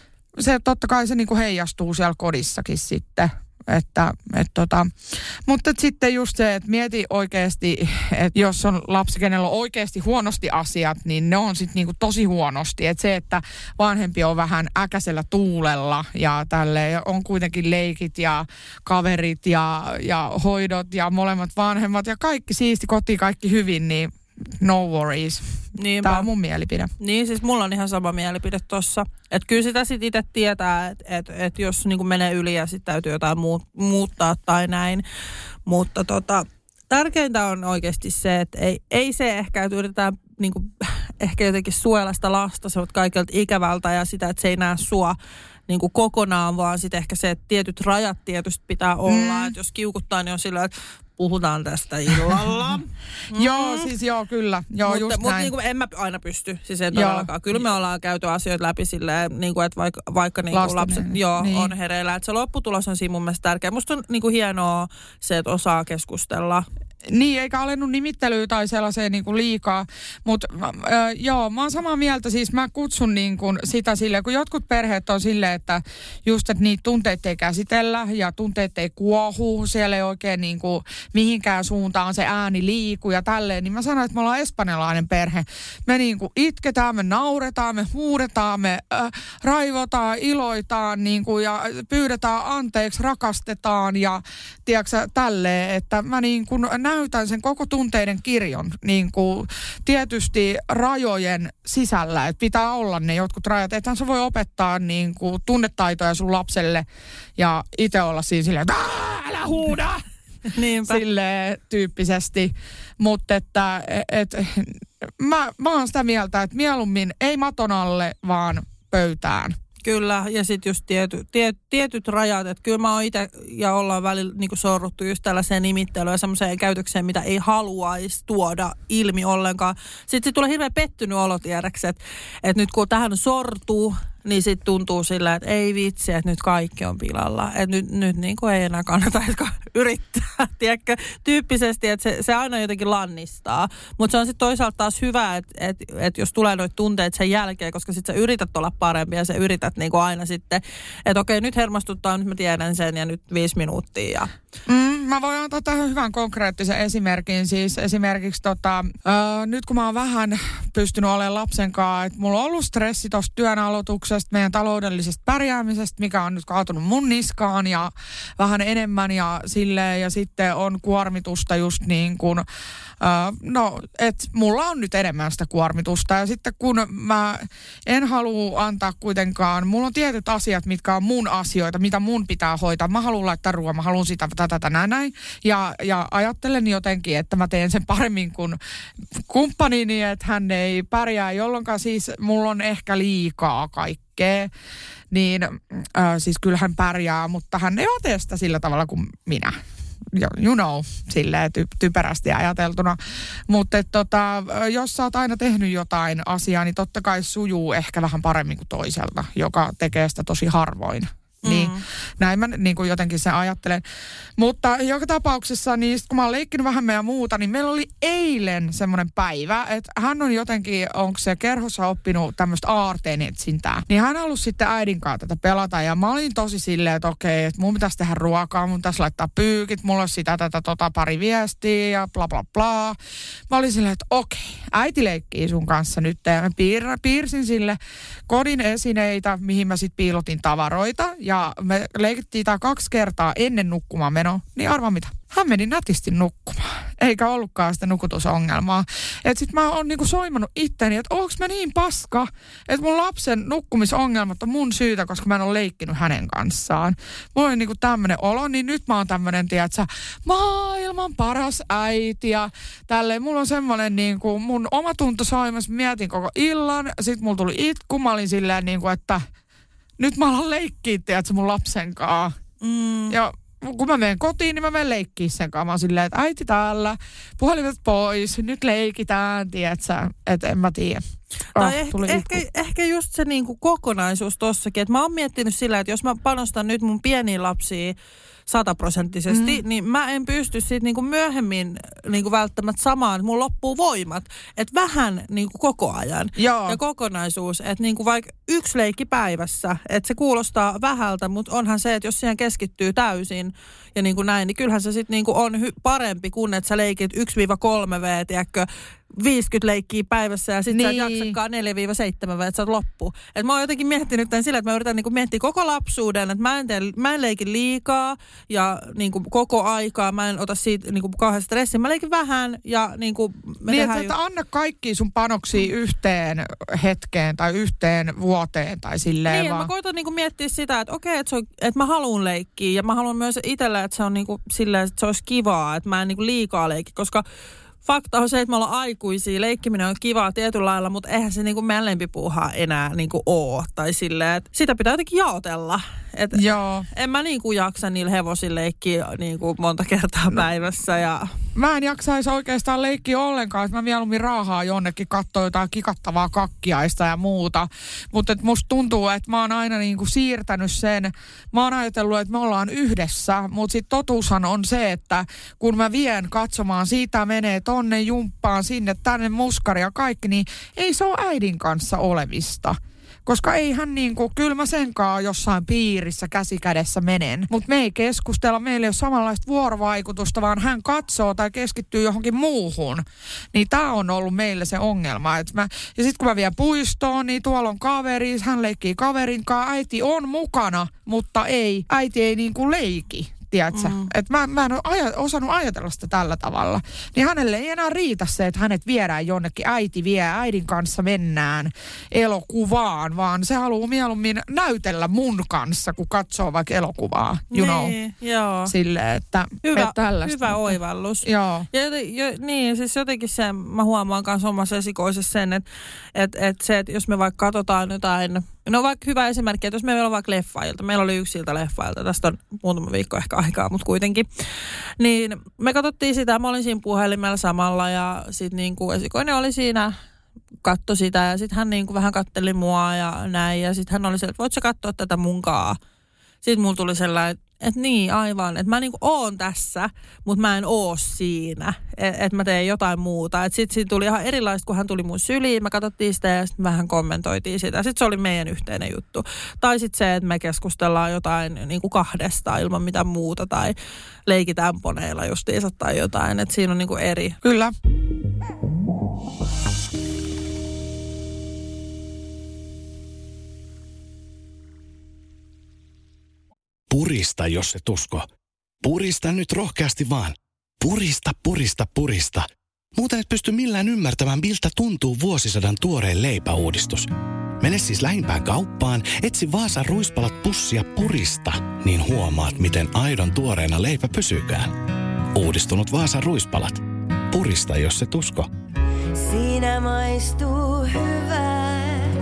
se totta kai se niin kuin heijastuu siellä kodissakin sitten. Että, et tota. Mutta et sitten just se, että mieti oikeasti, että jos on lapsi, kenellä on oikeasti huonosti asiat, niin ne on sitten niinku tosi huonosti. Että se, että vanhempi on vähän äkäisellä tuulella ja tälleen, on kuitenkin leikit ja kaverit ja, ja hoidot ja molemmat vanhemmat ja kaikki siisti koti, kaikki hyvin, niin no worries. Niinpä. Tämä on mun mielipide. Niin, siis mulla on ihan sama mielipide tossa. Että kyllä sitä sitten itse tietää, että et, et jos niinku menee yli ja sitten täytyy jotain muut, muuttaa tai näin. Mutta tota, tärkeintä on oikeasti se, että ei, ei se ehkä, että yritetään niinku, ehkä jotenkin suojella sitä lasta, se on kaikilta ikävältä ja sitä, että se ei näe sua niin kuin kokonaan, vaan sitten ehkä se, että tietyt rajat tietysti pitää olla. Mm. Että jos kiukuttaa, niin on sillä, että puhutaan tästä illalla. Mm. Joo, siis joo, kyllä. Joo, mutta just mutta näin. niin kuin en mä aina pysty, siis en todellakaan. Kyllä me ollaan käyty asioita läpi silleen, niin kuin, että vaikka, vaikka niin kuin lapset joo, niin. on hereillä. Että se lopputulos on siinä mun mielestä tärkeä. Musta on niin kuin hienoa se, että osaa keskustella. Niin, eikä alennut nimittelyä tai sellaiseen niin kuin liikaa, mutta äh, joo, mä oon samaa mieltä, siis mä kutsun niin kuin sitä silleen, kun jotkut perheet on silleen, että just, että niitä tunteita ei käsitellä ja tunteet ei kuohu, siellä ei oikein niin kuin mihinkään suuntaan se ääni liiku ja tälleen, niin mä sanon, että me ollaan espanjalainen perhe. Me niin kuin itketään, me nauretaan, me huudetaan, me äh, raivotaan, iloitaan niin kuin, ja pyydetään anteeksi, rakastetaan ja tiedätkö tälleen, että mä niin kuin näytän sen koko tunteiden kirjon niin kuin tietysti rajojen sisällä, että pitää olla ne jotkut rajat. Ethän sä voi opettaa niin kuin tunnetaitoja sun lapselle ja itse olla siinä silleen, että älä huuda! Niinpä. Silleen tyyppisesti. Mutta että et, mä, mä oon sitä mieltä, että mieluummin ei maton alle, vaan pöytään. Kyllä, ja sitten just tiety, tiet, tietyt rajat, että kyllä mä oon itse ja ollaan välillä niin kuin sorruttu just tällaiseen nimittelyyn ja semmoiseen käytökseen, mitä ei haluaisi tuoda ilmi ollenkaan. Sitten sit tulee hirveän pettynyt olo tiedäksi, että, että nyt kun tähän sortuu, niin sitten tuntuu sillä, että ei vitsi, että nyt kaikki on pilalla. Että nyt, nyt niin kuin ei enää kannata yrittää, tiedätkö, tyyppisesti, että se, se aina jotenkin lannistaa. Mutta se on sitten toisaalta taas hyvä, että, että, että jos tulee noita tunteita sen jälkeen, koska sitten sä yrität olla parempi ja sä yrität niin kuin aina sitten, että okei, nyt hermostuttaa, nyt mä tiedän sen ja nyt viisi minuuttia. Ja... Mm, mä voin antaa tähän hyvän konkreettisen esimerkin. Siis esimerkiksi tota, äh, nyt kun mä oon vähän pystynyt olemaan lapsen kanssa, että mulla on ollut stressi tuosta työn aloituksesta, meidän taloudellisesta pärjäämisestä, mikä on nyt kaatunut mun niskaan ja vähän enemmän ja silleen, ja sitten on kuormitusta just niin kuin, äh, no, että mulla on nyt enemmän sitä kuormitusta ja sitten kun mä en halua antaa kuitenkaan, mulla on tietyt asiat, mitkä on mun asioita, mitä mun pitää hoitaa. Mä haluan laittaa ruoan, mä haluan sitä, tätä, tätä, näin, näin. Ja, ja ajattelen jotenkin, että mä teen sen paremmin kuin kumppanini, että hän ei pärjää, jolloin siis mulla on ehkä liikaa kaikkea. Niin äh, siis kyllä hän pärjää, mutta hän ei tee sitä sillä tavalla kuin minä. You know, silleen ty- typerästi ajateltuna. Mutta tota, jos sä oot aina tehnyt jotain asiaa, niin totta kai sujuu ehkä vähän paremmin kuin toiselta, joka tekee sitä tosi harvoin. Mm. Niin näin mä niin kuin jotenkin sen ajattelen. Mutta joka tapauksessa, niin kun mä oon leikkinyt vähän meidän muuta, niin meillä oli eilen semmoinen päivä, että hän on jotenkin, onko se kerhossa oppinut tämmöistä aarteen etsintää. Niin hän on ollut sitten äidin kanssa tätä pelata ja mä olin tosi silleen, että okei, että mun pitäisi tehdä ruokaa, mun pitäisi laittaa pyykit, mulla olisi sitä tätä tota pari viestiä ja bla bla bla. Mä olin silleen, että okei, äiti leikkii sun kanssa nyt ja mä piir, piirsin sille kodin esineitä, mihin mä sitten piilotin tavaroita ja Ja me leikittiin tää kaksi kertaa ennen nukkumaan meno, niin arvaa mitä. Hän meni nätisti nukkumaan, eikä ollutkaan sitä nukutusongelmaa. Että sit mä oon niinku soimannut itteni, että onks mä niin paska, että mun lapsen nukkumisongelmat on mun syytä, koska mä en ole leikkinyt hänen kanssaan. Mulla on niinku tämmönen olo, niin nyt mä oon tämmönen, tiiätsä, maailman paras äiti ja tälleen. Mulla on semmonen niinku mun omatunto soimassa, mietin koko illan, sit mulla tuli itku, mä olin silleen niinku, että nyt mä alan leikkiä, tiedätkö, mun lapsen kanssa. Mm. Ja kun mä menen kotiin, niin mä menen leikkiä sen kanssa. Mä oon silleen, että äiti täällä, puhelimet pois, nyt leikitään, tiedätkö, että en mä tiedä. Tai oh, ehkä, ehkä, ehkä just se niinku kokonaisuus tossakin, että mä oon miettinyt sillä, että jos mä panostan nyt mun pieniin lapsiin sataprosenttisesti, mm. niin mä en pysty siitä niinku myöhemmin niinku välttämättä samaan, että mun loppuu voimat. Että vähän niinku koko ajan. Joo. Ja kokonaisuus, että niinku vaikka yksi leikki päivässä, että se kuulostaa vähältä, mutta onhan se, että jos siihen keskittyy täysin ja niinku näin, niin kyllähän se sitten niinku on hy- parempi kuin, että sä leikit yksi kolme vee, tiedätkö, viisikymmentä leikkiä päivässä ja sit niin. sä et jaksakaan neljä seitsemän vai että sä oot loppu. Et mä oon jotenkin miettinyt tämän sillä, että mä yritän niinku miettiä koko lapsuuden, että mä en, tee, mä en leikin liikaa ja niinku koko aikaa. Mä en ota siitä niinku kauhean stressiä. Mä leikin vähän ja niinku me niin, tehdään... Niin, että anna kaikki sun panoksia yhteen hetkeen tai yhteen vuoteen tai silleen niin, vaan. Niin, mä koitan niinku miettiä sitä, että okei, että, että mä haluan leikkiä ja mä haluan myös itsellä, että se on niinku silleen, että se olisi kivaa, että mä en niinku liikaa leikki, koska fakta on se, että me ollaan aikuisia. Leikkiminen on kivaa tietyllä lailla, mutta eihän se niinku meidän lempipuuhaa enää niinku oo. Tai silleen, että sitä pitää jotenkin jaotella. Et Joo. En mä niinku jaksa niillä hevosilla leikkiä niinku monta kertaa no. päivässä. Ja... Mä en jaksaisi oikeastaan leikkiä ollenkaan, että mä mieluummin raahaa jonnekin katsoa jotain kikattavaa kakkiaista ja muuta. Mutta musta tuntuu, että mä oon aina niinku siirtänyt sen. Mä oon ajatellut, että me ollaan yhdessä, mutta sit totuushan on se, että kun mä vien katsomaan, siitä menee tonne jumppaan, sinne, tänne muskari ja kaikki, niin ei se ole äidin kanssa olemista. Koska eihän niinku, kyllä mä senkaan jossain piirissä käsi kädessä menen. Mutta me ei keskustella, meillä ei ole samanlaista vuorovaikutusta, vaan hän katsoo tai keskittyy johonkin muuhun. Niin tää on ollut meille se ongelma. Et mä, ja sit kun mä vien puistoon, niin tuolla on kaveri, hän leikkii kaverinkaan, äiti on mukana, mutta ei, äiti ei niinku leiki. Tiedätkö? Mm. Että mä, mä en ole aja, osannut ajatella sitä tällä tavalla. Niin hänelle ei enää riitä se, että hänet viedään jonnekin. Äiti vie, äidin kanssa mennään elokuvaan, vaan se haluaa mieluummin näytellä mun kanssa, kun katsoo vaikka elokuvaa. You niin, know? Joo. Silleen, että, hyvä, että tällaista. Hyvä oivallus. Joo. Ja jo, niin, siis jotenkin se, mä huomaan kanssa omassa esikoisessa sen, että et, et se, että jos me vaikka katsotaan jotain, no vaikka hyvä esimerkki, että jos meillä on vaikka leffailta, meillä oli yksi ilta leffailta, tästä on muutama viikko ehkä aikaa, mutta kuitenkin, niin me katsottiin sitä, mä olin siinä puhelimella samalla ja sitten niin kuin esikoinen oli siinä, katsoi sitä ja sitten hän niin kuin vähän katteli mua ja näin ja sitten hän oli se, että voit sä katsoa tätä munkaa. Sitten mulla tuli sellainen, että et niin aivan, että mä niinku oon tässä, mutta mä en oo siinä, että et mä teen jotain muuta. Että sitten siinä tuli ihan erilaista, kun hän tuli mun syliin, me katsottiin sitä ja sitten vähän kommentoitiin sitä. Sitten se oli meidän yhteinen juttu. Tai sitten se, että me keskustellaan jotain niinku kahdesta ilman mitään muuta tai leikitään poneilla justiinsa tai jotain. Että siinä on niinku eri. Kyllä. Purista, jos et usko. Purista nyt rohkeasti vaan. Purista, purista, purista. Muuten et pysty millään ymmärtämään, miltä tuntuu vuosisadan tuoreen leipäuudistus. Mene siis lähimpään kauppaan, etsi Vaasan ruispalat pussia Purista, niin huomaat, miten aidon tuoreena leipä pysyykään. Uudistunut Vaasan ruispalat. Purista, jos et usko. Siinä maistuu hyvää.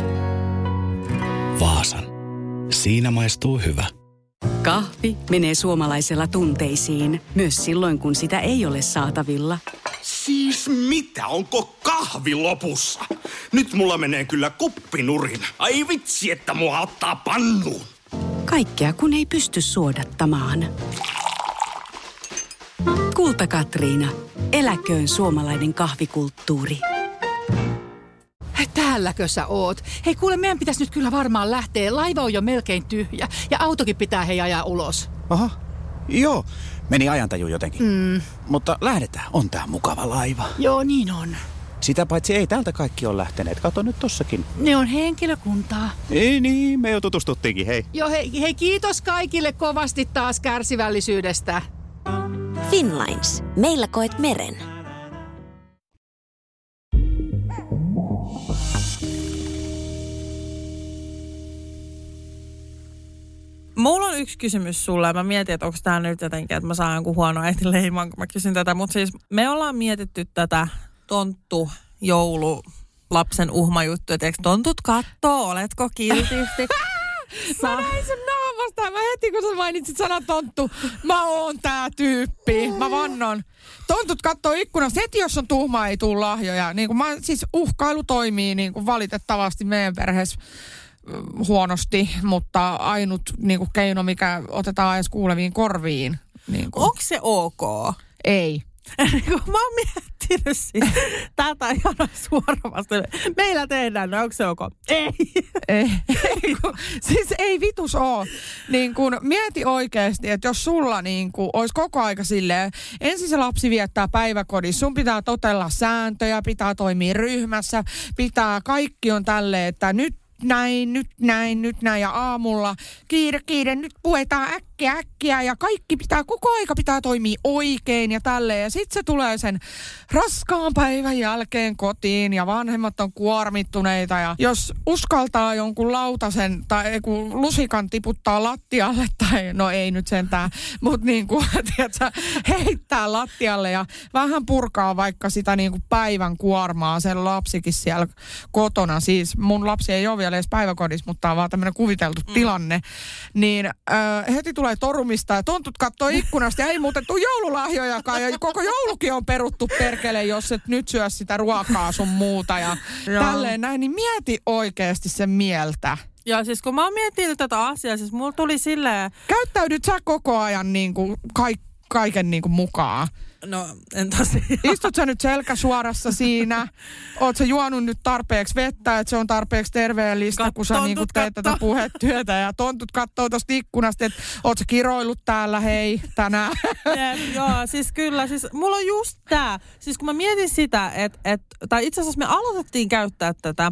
Vaasan. Siinä maistuu hyvä. Kahvi menee suomalaisella tunteisiin, myös silloin kun sitä ei ole saatavilla. Siis mitä? Onko kahvi lopussa? Nyt mulla menee kyllä kuppinurin. Ai vitsi, että mua ottaa pannuun. Kaikkea kun ei pysty suodattamaan. Kulta Katriina. Eläköön suomalainen kahvikulttuuri. Täälläkö sä oot? Hei kuule, meidän pitäisi nyt kyllä varmaan lähteä. Laiva on jo melkein tyhjä ja autokin pitää hei ajaa ulos. Aha, joo. Meni ajantaju jotenkin. Mm. Mutta lähdetään. On tää mukava laiva. Joo, niin on. Sitä paitsi ei täältä kaikki ole lähteneet. Kato nyt tossakin. Ne on henkilökuntaa. Ei niin, me jo tutustuttiinkin, hei. Joo, hei, hei kiitos kaikille kovasti taas kärsivällisyydestä. Finnlines. Meillä koet meren. Mulla on yksi kysymys sulle. Mä mietin, että onko tää nyt jotenkin, että mä saan jonkun huono äiti leiman, kun mä kysyn tätä. Mutta siis me ollaan mietitty tätä tonttu, joulu, lapsen uhmajuttu. Että eikö tontut kattoo? Oletko kiltisti? Mä näin sun naamasta. Mä heti kun sä mainitsit sanan tonttu, mä oon tää tyyppi. Mä vannon. Tontut kattoo ikkunasta. Heti jos on tuhmaa, ei tuu lahjoja. Niin kuin mä, siis uhkailu toimii niin kuin valitettavasti meidän perheessä huonosti, mutta ainut niin kuin keino, mikä otetaan edes kuuleviin korviin. Niin onko se ok? Ei. Mä oon miettinyt siis tätä ihan suoravasti. Meillä tehdään, no onko se ok? Ei. Ei. ei kun, siis ei vitus oo. Niin kun, mieti oikeasti, että jos sulla niin kun, olisi koko aika silleen, ensin se lapsi viettää päiväkodissa, sun pitää totella sääntöjä, pitää toimia ryhmässä, pitää, kaikki on tälleen, että nyt näin, nyt näin, nyt näin ja aamulla kiire, kiire, nyt puetaan äkkiä, äkkiä ja kaikki pitää, koko aika pitää toimia oikein ja tälleen. Ja sitten se tulee sen raskaan päivän jälkeen kotiin ja vanhemmat on kuormittuneita ja jos uskaltaa jonkun lautasen tai kun lusikan tiputtaa lattialle tai no ei nyt sentään, mutta niin kuin tiedätkö, heittää lattialle ja vähän purkaa vaikka sitä niin kuin päivän kuormaa sen lapsikin siellä kotona. Siis mun lapsi ei ole vielä edes päiväkodissa, mutta on vaan tämmöinen kuviteltu mm. tilanne. Niin äh, heti tulee torumista ja tontut kattoo ikkunasta ja ei muuten tuu joululahjojakaan ja koko joulukin on peruttu perkele, jos et nyt syö sitä ruokaa sun muuta ja tälleen näin. Niin mieti oikeasti sen mieltä. Ja siis kun mä oon miettinyt tätä asiaa, siis mulla tuli silleen... Käyttäydyt sä koko ajan niin kuin kaik, kaiken niin kuin mukaan? No, en tosiaan. Istut sä nyt selkäsuorassa siinä? Oot sä juonut nyt tarpeeksi vettä, että se on tarpeeksi terveellistä, Kat- kun sä niinku teet tätä puhetyötä ja tontut kattoo tosta ikkunasta, että oot sä kiroillut täällä, hei, tänään. Jep, joo, siis kyllä, siis mulla on just tää. Siis kun mä mietin sitä, että, et, tai itse asiassa me aloitettiin käyttää tätä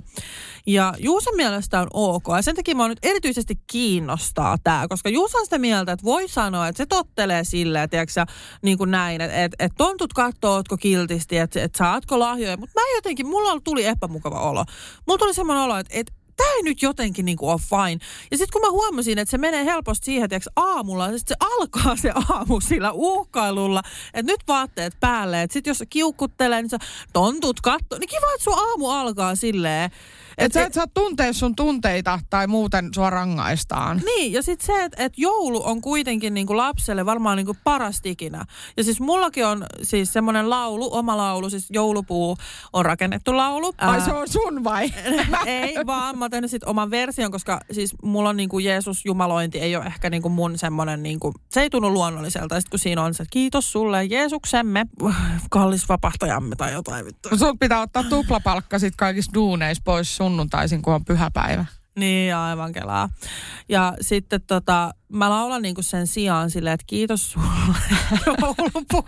ja Juusen mielestä on ok. Ja sen takia mä nyt erityisesti kiinnostaa tää, koska Juusa on sitä mieltä, että voi sanoa, että se tottelee silleen, tiedätkö niin kuin näin, että et, että tontut katsoo, ootko kiltisti, että et saatko lahjoja. Mutta mä jotenkin, mulla tuli epämukava olo. Mulla tuli semmoinen olo, että et, tämä ei nyt jotenkin niinku ole fine. Ja sitten kun mä huomasin, että se menee helposti siihen, että aamulla, ja sitten se alkaa se aamu sillä uhkailulla, että nyt vaatteet päälle, että sitten jos se kiukuttelee, niin se tontut kattoo, niin kiva, että sun aamu alkaa silleen. Että et sä et saa tuntea sun tunteita tai muuten sua rangaistaan. Niin, ja sitten se, että et joulu on kuitenkin niinku lapselle varmaan niinku paras ikinä. Ja siis mullakin on siis semmoinen laulu, oma laulu, siis Joulupuu on rakennettu laulu. Ai se on sun vai? Ei, vaan mä oon tehnyt sit oman version, koska siis mulla on niinku Jeesus jumalointi, ei ole ehkä niinku mun semmoinen niinku, se ei tunnu luonnolliselta. Sitten kun siinä on se, että kiitos sulle Jeesuksemme, kallis vapahtajamme tai jotain vittua. Sut pitää ottaa tuplapalkka sit kaikissa duuneissa pois sunnuntaisin, kun on pyhäpäivä. Niin, aivan kelaa. Ja sitten tota, mä laulan niinku sen sijaan silleen, että kiitos sulle joulupu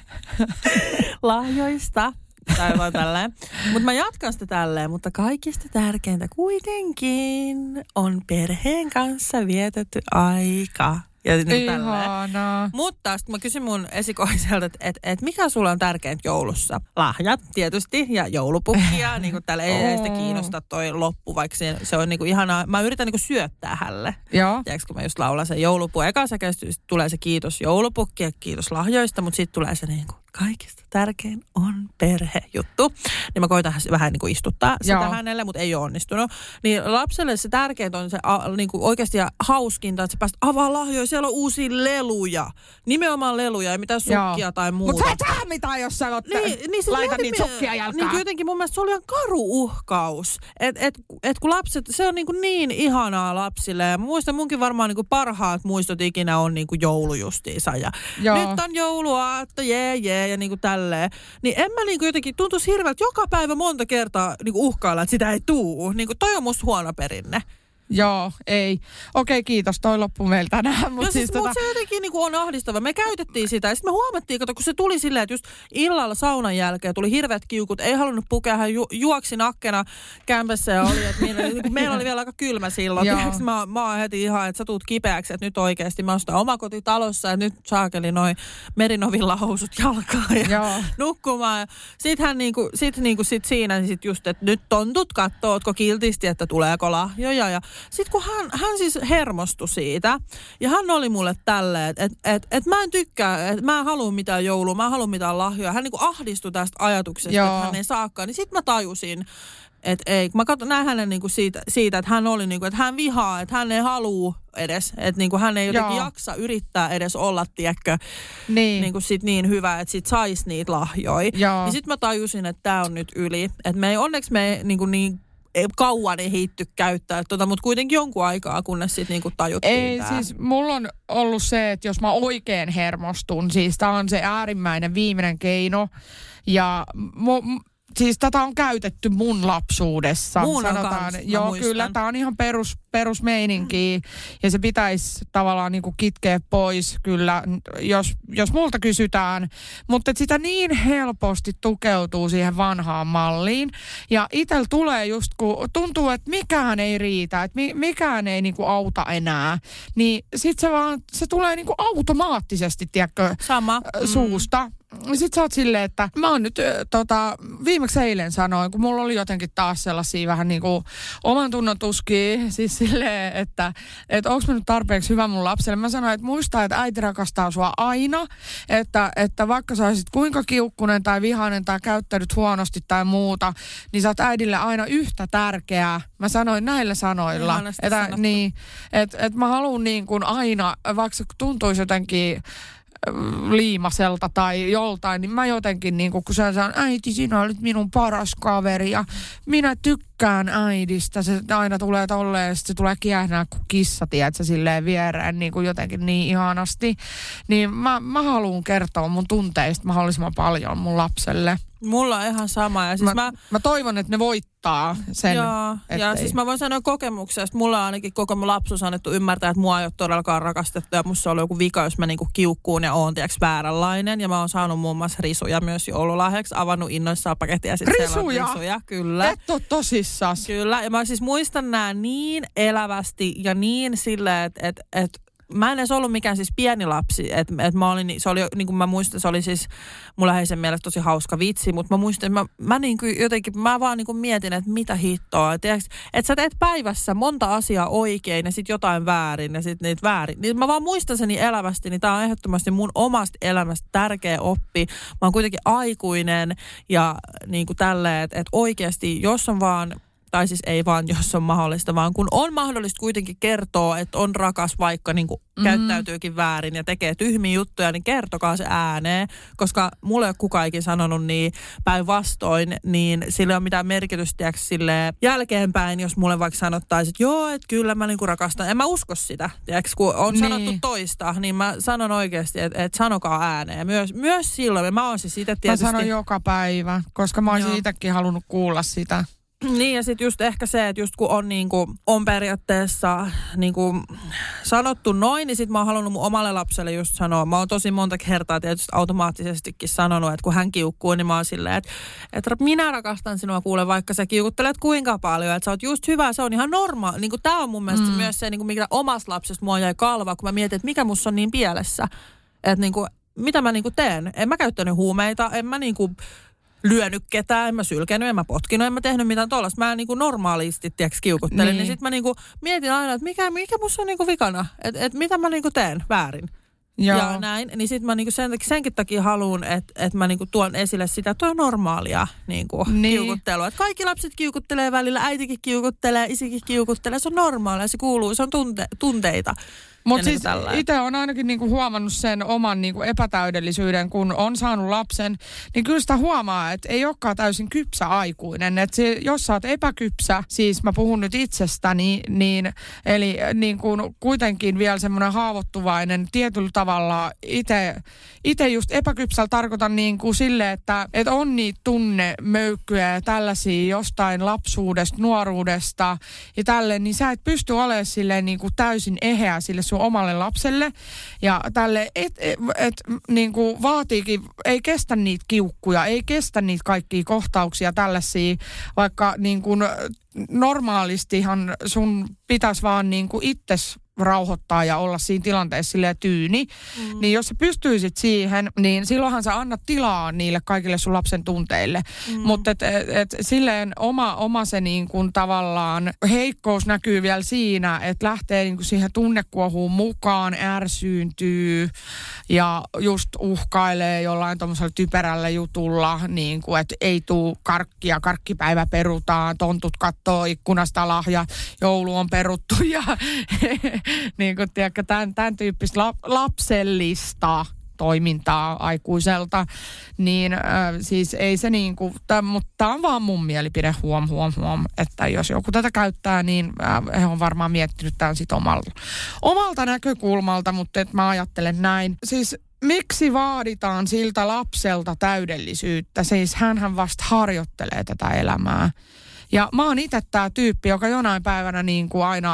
lahjoista. Tai jotain tälleen. Mutta mä jatkan sitä tälleen, mutta kaikista tärkeintä kuitenkin on perheen kanssa vietetty aika. Ja niin ihanaa. Mutta sitten mä kysyn mun esikoiselta, että et, et mikä sulla on tärkeintä joulussa? Lahjat tietysti ja joulupukkia. niin kuin täällä ei, ei sitä kiinnosta toi loppu, vaikka se, se on niinku ihanaa. Mä yritän niinku syöttää hälle. Joo. Tiedätkö, kun mä just laulan sen joulupuu. Eka säkeistä tulee se kiitos joulupukki ja kiitos lahjoista, mutta sitten tulee se niinku kaikista tärkein on perhejuttu. Niin mä koitan vähän niin kuin istuttaa sitä Joo. hänelle, mutta ei ole onnistunut. Niin lapselle se tärkeintä on se a, niin kuin oikeasti hauskinta, että sä pääst avaa lahjoja. Siellä on uusia leluja. Nimenomaan leluja, ei mitään sukkia Joo. tai muuta. Mutta sä et saa mitään, jos sä oot niin, niin laita niitä sukkia jalkaan. Niin jotenkin mun mielestä se oli ihan karu uhkaus. Että et, et kun lapset, se on niin, kuin niin ihanaa lapsille. Ja muistan munkin varmaan niin kuin parhaat muistot ikinä on niin kuin joulu justiinsa. Ja nyt on jouluaatto, jee jee. Ja niinku tälleen. Niin en mä niinku jotenkin, tuntuisi hirveältä joka päivä monta kertaa niinku uhkailla, että sitä ei tuu. Niinku toi on musta huono perinne. Joo, ei. Okei, kiitos. Toi loppu meillä tänään. Mut siis, siis mut tota... se jotenkin niinku on ahdistava. Me käytettiin sitä ja sitten me huomattiin, kato, kun se tuli silleen, että just illalla saunan jälkeen tuli hirveät kiukut. Ei halunnut pukea, hän ju- juoksi nakkena kämpässä ja oli, että meillä, niin meillä oli vielä aika kylmä silloin. mä, mä oon heti ihan, että sä tuut kipeäksi, että nyt oikeasti mä ostan omakotitalossa ja nyt saakeli noi merinovilla housut jalkaan ja Joo. nukkumaan. Sitten hän niinku, sit, niinku, sit siinä niin sit just, että nyt tontut kattoo, ootko kiltisti, että tuleeko lahjoja ja sitten kun hän, hän siis hermostui siitä, ja hän oli mulle tälleen, että et, et, et mä en tykkää, että mä en halua mitään joulua, mä en halua mitään lahjoja. Hän niinku ahdistui tästä ajatuksesta, Joo. että hän ei saakaan. Niin sitten mä tajusin, että ei. Mä katson, näin hänen niinku siitä, siitä, että hän oli niinku, että hän vihaa, että hän ei halua edes. Että niinku hän ei jotenkin Joo. jaksa yrittää edes olla, tiedätkö, niin. niinku sit niin hyvä, että sit sais niitä lahjoja. Niin sitten mä tajusin, että tää on nyt yli. Että me ei, onneksi me ei niinku niin kauan ei hiitty käyttää, tota, mutta kuitenkin jonkun aikaa, kunnes sitten niinku tajuttiin Ei, tää. siis mulla on ollut se, että jos mä oikein hermostun, siis tää on se äärimmäinen viimeinen keino. Ja mu, siis tätä on käytetty mun lapsuudessa. Mun on sanotaan. kans, Joo, muistan. kyllä, tää on ihan perus, perusmeininkiä. Ja se pitäisi tavallaan niinku kitkeä pois kyllä, jos, jos multa kysytään. Mutta sitä niin helposti tukeutuu siihen vanhaan malliin. Ja itsellä tulee just, kun tuntuu, että mikään ei riitä, että mi, mikään ei niinku auta enää. Niin sit se vaan, se tulee niinku automaattisesti, tiedätkö, Sama. suusta. Mm. Sitten sä oot silleen, että mä oon nyt tota, viimeksi eilen sanoin, kun mulla oli jotenkin taas sellaisia vähän niin kuin oman tunnon tuskia, siis silleen, että, että onko mä nyt tarpeeksi hyvä mun lapselle. Mä sanoin, että muista, että äiti rakastaa sua aina, että, että vaikka sä olisit kuinka kiukkunen tai vihainen tai käyttäydyt huonosti tai muuta, niin sä oot äidille aina yhtä tärkeää. Mä sanoin näillä sanoilla, että, niin, että, että mä haluan niin kuin aina, vaikka tuntuisi jotenkin liimaselta tai joltain, niin mä jotenkin niin kun sä sanon, äiti, sinä olet minun paras kaveri ja minä tykkään äidistä. Se aina tulee tolleen ja se tulee kiehnää kuin kissa, tiedätkö, silleen viereen niin kuin jotenkin niin ihanasti. Niin mä, mä haluan kertoa mun tunteista mahdollisimman paljon mun lapselle. Mulla on ihan sama. Ja siis mä, mä, mä toivon, että ne voittaa sen. Joo, ja siis mä voin sanoa kokemuksesta. Mulla on ainakin koko mun lapsuus annettu ymmärtää, että mua ei ole todellakaan rakastettu. Ja musta on ollut joku vika, jos mä niinku kiukkuun ja oon tiiäks vääränlainen. Ja mä oon saanut muun muassa risuja myös joululahjaksi. Avannut innoissaan pakettia. Risuja? Risuja, kyllä. Et oo tosissas. Kyllä, ja mä siis muistan nää niin elävästi ja niin silleen, että et, et, mä en edes ollut mikään siis pieni lapsi, että et mä olin, se oli, niin kuin mä muistan, se oli siis mun läheisen mielestä tosi hauska vitsi, mutta mä muistan, että mä, mä niin kuin jotenkin, mä vaan niin kuin mietin, että mitä hittoa, että et sä teet päivässä monta asiaa oikein ja sit jotain väärin ja sit niitä väärin. Niin mä vaan muistan sen niin elävästi, niin tää on ehdottomasti mun omasta elämästä tärkeä oppi. Mä oon kuitenkin aikuinen ja niin kuin tälleen, että et oikeasti, jos on vaan tai siis ei vaan, jos on mahdollista, vaan kun on mahdollista kuitenkin kertoa, että on rakas, vaikka niin kuin mm-hmm. käyttäytyykin väärin ja tekee tyhmiä juttuja, niin kertokaa se ääneen. Koska mulle ei ole kukaan ikinä sanonut niin päinvastoin, niin sillä ei ole mitään merkitystä sille jälkeenpäin, jos mulle vaikka sanottaisiin, että joo, että kyllä mä niin kuin rakastan. En mä usko sitä, tiiäks, kun on niin sanottu toista, niin mä sanon oikeasti, että, että sanokaa ääneen. Myös, myös silloin, mä oon siis itse tietysti. Mä sanon joka päivä, koska mä olisin itsekin halunnut kuulla sitä. Niin ja sitten just ehkä se, että just kun on, niinku, on periaatteessa niinku, sanottu noin, niin sitten mä oon halunnut mun omalle lapselle just sanoa. Mä oon tosi monta kertaa tietysti automaattisestikin sanonut, että kun hän kiukkuu, niin mä oon silleen, että, että minä rakastan sinua, kuule, vaikka sä kiukuttelet kuinka paljon. Että sä oot just hyvä, se on ihan normaali. Niinku, tää on mun mielestä mm. myös se, niinku, mikä omasta lapsesta mua jäi kalva, kun mä mietin, että mikä musta on niin pielessä. Että niinku, mitä mä niinku teen? En mä käyttänyt huumeita, en mä niinku lyönyt ketään, en mä sylkenyt, en mä potkinut, en mä tehnyt mitään tollaista. Mä niinku normaalisti, tiiäks, kiukuttelin. Niin, niin sit mä niinku mietin aina, että mikä, mikä musta on niinku vikana. Että et mitä mä niinku teen väärin. Joo. Ja näin. Niin sit mä niinku sen, senkin takia haluan, että et mä niinku tuon esille sitä, että toi on normaalia niinku niin. kiukuttelua. Että kaikki lapset kiukuttelee välillä, äitikin kiukuttelee, isikin kiukuttelee. Se on normaalia, se kuuluu, se on tunte, tunteita. Mutta siis itse on ainakin niinku huomannut sen oman niinku epätäydellisyyden, kun on saanut lapsen, niin kyllä sitä huomaa, että ei olekaan täysin kypsä aikuinen. Että se, jos sä oot epäkypsä, siis mä puhun nyt itsestäni, niin eli niin kuin kuitenkin vielä semmoinen haavoittuvainen tietyllä tavalla itse, itse just epäkypsällä tarkoitan niin kuin sille, että, että on niitä tunnemöykkyjä ja tällaisia jostain lapsuudesta, nuoruudesta ja tälleen, niin sä et pysty olemaan silleen niin kuin täysin eheä sille sun omalle lapselle. Ja tälle, et, et, et, niin kuin vaatiikin, ei kestä niitä kiukkuja, ei kestä niitä kaikkia kohtauksia tällaisia, vaikka niin kuin normaalistihan sun pitäisi vaan niin kuin itses rauhoittaa ja olla siinä tilanteessa silleen tyyni. Mm. Niin jos sä pystyisit siihen, niin silloinhan sä annat tilaa niille kaikille sun lapsen tunteille. Mm. Mutta et, et, et silleen oma, oma se niin kuin tavallaan heikkous näkyy vielä siinä, että lähtee niin kuin siihen tunnekuohuun mukaan, ärsyyntyy ja just uhkailee jollain tommosella typerällä jutulla, niin kuin, että ei tuu karkkia, karkkipäivä perutaan, tontut kattoo ikkunasta lahja, joulu on peruttu ja niin kuin tiedätkö, tämän, tämän tyyppistä lap, lapsellista toimintaa aikuiselta, niin äh, siis ei se niin kuin, mutta tämä on vaan mun mielipide, huom, huom, huom, että jos joku tätä käyttää, niin äh, he on varmaan miettinyt tämän sit omalta, omalta näkökulmalta, mutta et mä ajattelen näin. Siis miksi vaaditaan siltä lapselta täydellisyyttä? Siis hänhän vasta harjoittelee tätä elämää. Ja mä oon itse tää tyyppi, joka jonain päivänä niin kuin aina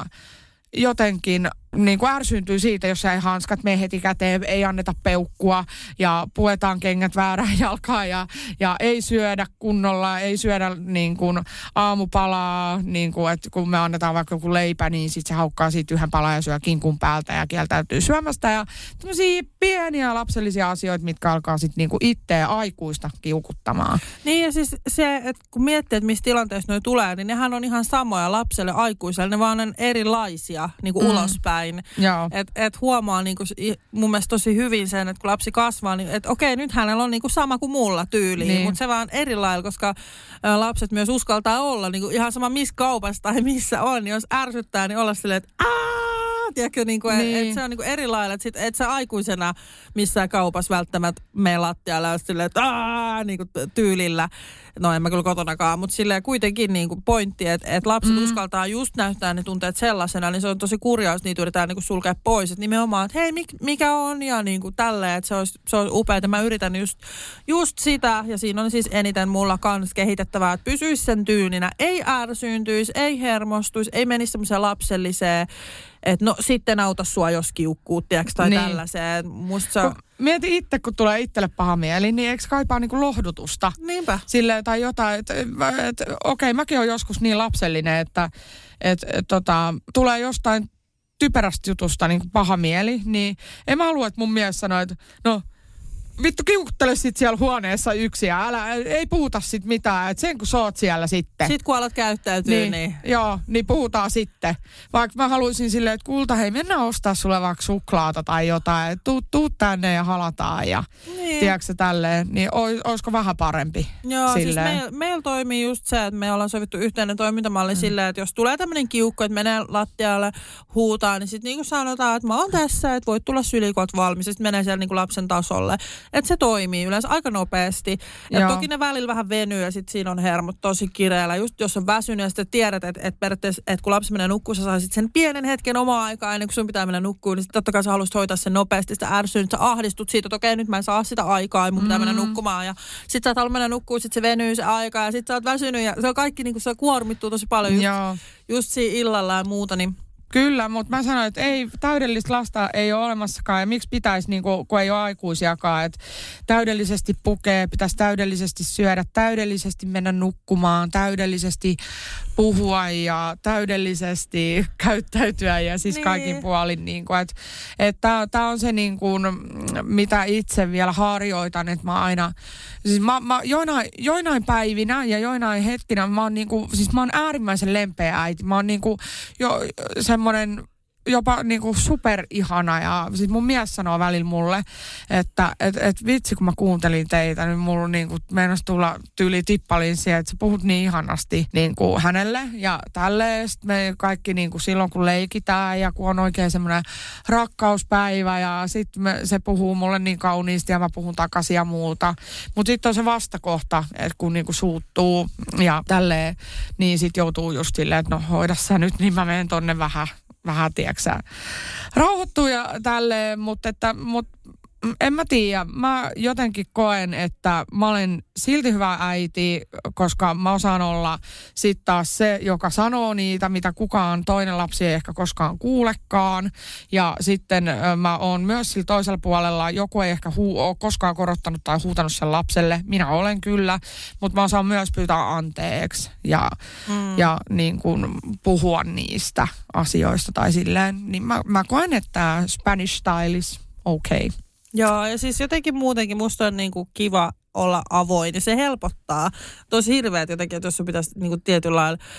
jotenkin niin kuin ärsyyntyy siitä, jos ei hanskat mene heti käteen, ei anneta peukkua ja puetaan kengät väärään jalkaan ja, ja ei syödä kunnolla, ei syödä niin kuin aamupalaa, niin kuin, että kun me annetaan vaikka joku leipä, niin sitten se haukkaa siitä yhden palan ja syö kinkun päältä ja kieltäytyy syömästä ja tämmöisiä pieniä lapsellisia asioita, mitkä alkaa sitten niin kuin itseä aikuista kiukuttamaan. Niin ja siis se, että kun miettii, että missä tilanteessa noi tulee, niin nehän on ihan samoja lapselle aikuiselle, ne vaan on erilaisia niin kuin mm. ulospäin. Että et huomaa niinku, mun mielestä tosi hyvin sen, että kun lapsi kasvaa, niin että okei, nyt hänellä on niinku sama kuin mulla tyyliin, niin. Mutta se vaan eri lailla, koska ä, lapset myös uskaltaa olla niinku, ihan sama missä kaupassa tai missä on, niin jos ärsyttää, niin olla silleen, että aah, tiedätkö, niinku, niin. että et se on niinku eri lailla, että sit, et sä aikuisena missään kaupassa välttämättä mene lattialla ja silleen, että aah, niinku tyylillä. No en mä kyllä kotonakaan, mutta silleen kuitenkin niinku pointti, että et lapset mm. uskaltaa just näyttää ne tunteet sellaisena, niin se on tosi kurjaa, jos niitä yritetään niinku sulkea pois. Että nimenomaan, että hei, mik, mikä on ja niinku tälleen, että se olisi, se olisi upeaa. Mä yritän just, just sitä ja siinä on siis eniten mulla kans kehitettävää, että pysyisi sen tyyninä. Ei ärsyyntyisi, ei hermostuisi, ei menisi semmoiseen lapselliseen, että no sitten auta sua, jos kiukkuu, tiedätkö, tai niin. tällaiseen. Musta se on... Mieti itse, kun tulee itselle paha mieli, niin eikö kaipaa niinku lohdutusta? Niinpä. Silleen tai jotain, että et, okei, okay, mäkin olen joskus niin lapsellinen, että et, et, tota, tulee jostain typerästä jutusta niin paha mieli, niin en mä halua, että mun mies sanoo, että no vittu kiukuttele sit siellä huoneessa yksin ja älä, ei puhuta sit mitään, että sen kun sä oot siellä sitten. Sitten kun alat käyttäytyä, niin, niin. Joo, niin puhutaan sitten. Vaikka mä haluaisin silleen, että kulta, hei mennään ostaa sulle vaikka suklaata tai jotain, että tuu, tuu tänne ja halataan ja niin. Tiedätkö tälleen, niin ois, oisko vähän parempi joo, silleen. Siis meillä meil toimii just se, että me ollaan sovittu yhteinen toimintamalli mm. silleen, että jos tulee tämmöinen kiukku, että menee lattialle huutaa, niin sitten niin kuin sanotaan, että mä oon tässä, että voit tulla syliin, kun oot valmis, ja sitten menee siellä niin kuin lapsen tasolle. Että se toimii yleensä aika nopeasti. Ja joo. Toki ne välillä vähän venyy ja sitten siinä on hermot tosi kireellä. Just jos on väsynyt ja sitten tiedät, että, että periaatteessa, että kun lapsi menee nukkuun, sä saisit sen pienen hetken omaa aikaa ennen kuin sun pitää mennä nukkuun, niin sitten totta kai sä haluaisit hoitaa sen nopeasti, sitä ärsyyn, että sä ahdistut siitä, että okei, nyt mä en saa sitä aikaa ja mun pitää mm. mennä nukkumaan. Ja sitten sä et halua mennä nukkuun, sitten se venyy se aika ja sitten sä oot väsynyt ja se on kaikki, niin kuin se kuormittuu tosi paljon just, just siinä illalla ja muuta, niin kyllä, mutta mä sanoin, että ei, täydellistä lasta ei ole olemassakaan ja miksi pitäisi, niin kuin, kun ei ole aikuisiakaan, että täydellisesti pukee, pitäisi täydellisesti syödä, täydellisesti mennä nukkumaan, täydellisesti puhua ja täydellisesti käyttäytyä ja siis niin. Kaikin puolin. Niin kuin, että että tämä on se, niin kuin, mitä itse vielä harjoitan, että mä aina, siis mä, mä joinain, joinain päivinä ja joinain hetkinä mä oon, niin kuin, siis mä oon äärimmäisen lempeä äiti, mä oon niin kuin, jo semmoinen jopa niinku superihana ja siis mun mies sanoo välillä mulle, että et, et vitsi kun mä kuuntelin teitä, niin mulla niinku meinasi tulla tyyli tippalinsiä, että sä puhut niin ihanasti niinku hänelle ja tälleen. Sitten me kaikki niinku silloin kun leikitään ja kun on oikein semmoinen rakkauspäivä ja sitten se puhuu mulle niin kauniisti ja mä puhun takaisin ja muuta. Mutta sitten on se vastakohta, että kun niinku suuttuu ja tälleen, niin sitten joutuu just silleen, että no hoida sä nyt, niin mä menen tonne vähän vähän, tiedäksä, rauhoittuu ja tälleen, mutta että, mut, en mä tiedä. Mä jotenkin koen, että mä olen silti hyvä äiti, koska mä osaan olla sit taas se, joka sanoo niitä, mitä kukaan toinen lapsi ei ehkä koskaan kuulekaan. Ja sitten mä oon myös sillä toisella puolella, joku ei ehkä huu, ole koskaan korottanut tai huutanut sen lapselle. Minä olen kyllä, mutta mä osaan myös pyytää anteeksi ja, mm. ja niin kuin puhua niistä asioista tai silleen. Niin mä, mä koen, että Spanish style is okay. Joo, ja siis jotenkin muutenkin musta on niinku kiva olla avoin ja se helpottaa. Tosi hirveät jotenkin, että jos sun pitäisi niinku tietyllä lailla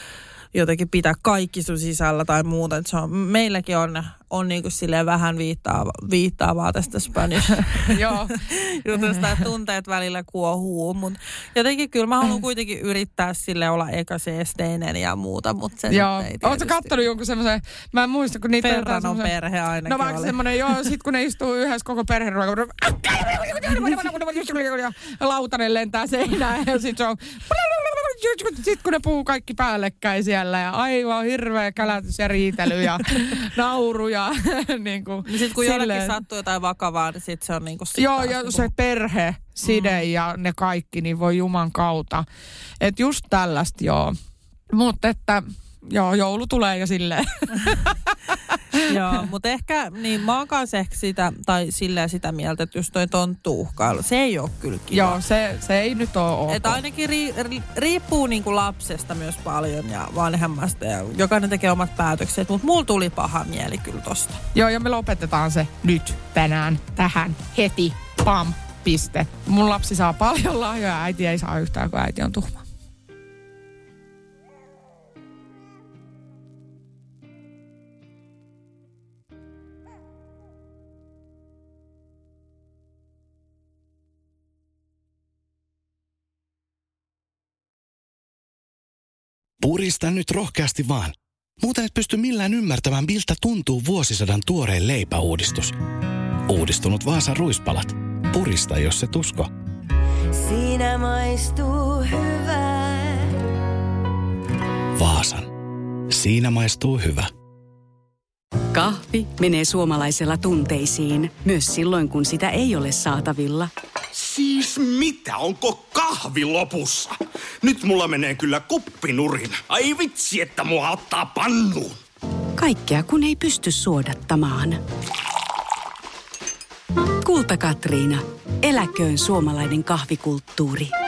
jotenkin pitää kaikki sun sisällä tai muuta. Et se on, meilläkin on, on niinku silleen vähän viittaavaa, viittaavaa tästä Spanish jutusta, että tunteet välillä kuohuu. Mutta jotenkin kyllä mä haluan kuitenkin yrittää sille olla ekaseesteinen ja muuta, mutta se joo. ei tietysti. Ootko kattonut jonkun semmoisen, mä en muista, kun niitä Ferranon semmoisen... perhe ainakin no vaikka semmoinen, joo, sit kun ne istuu yhdessä koko perhe lautanen lentää seinään ja sit se on sitten kun ne puhuu kaikki päällekkäin siellä ja aivan hirveä kälätys ja riitely ja nauru ja niin kuin niin sitten kun silleen... jollekin sattuu jotain vakavaa, niin sitten se on niin kuin joo, ja se perhe, side mm. ja ne kaikki, niin voi juman kautta. Että just tällaista, joo. Mutta että joo, joulu tulee ja silleen. Joo, mutta ehkä, niin mä oon kanssa ehkä sitä, tai silleen sitä mieltä, että just toi tonttu-uhkailu, se ei ole kyllä kiva. Joo, se, se ei nyt ole ok. Että ainakin ri, ri, riippuu niinku lapsesta myös paljon ja vanhemmasta ja jokainen tekee omat päätökset, mutta mulla tuli paha mieli kyllä tosta. Joo, ja me lopetetaan se nyt, tänään, tähän, heti, pam, piste. Mun lapsi saa paljon lahjoja, äiti ei saa yhtään, kun äiti on tuhma. Purista nyt rohkeasti vaan. Muuten et pysty millään ymmärtämään, miltä tuntuu vuosisadan tuoreen leipäuudistus. Uudistunut Vaasan ruispalat. Purista, jos et usko. Siinä maistuu hyvää. Vaasan. Siinä maistuu hyvä. Kahvi menee suomalaisella tunteisiin, myös silloin kun sitä ei ole saatavilla. Siis mitä? Onko kahvi lopussa? Nyt mulla menee kyllä kuppinurin. Ai vitsi, että mua ottaa pannuun. Kaikkea kun ei pysty suodattamaan. Kulta Katriina. Eläköön suomalainen kahvikulttuuri.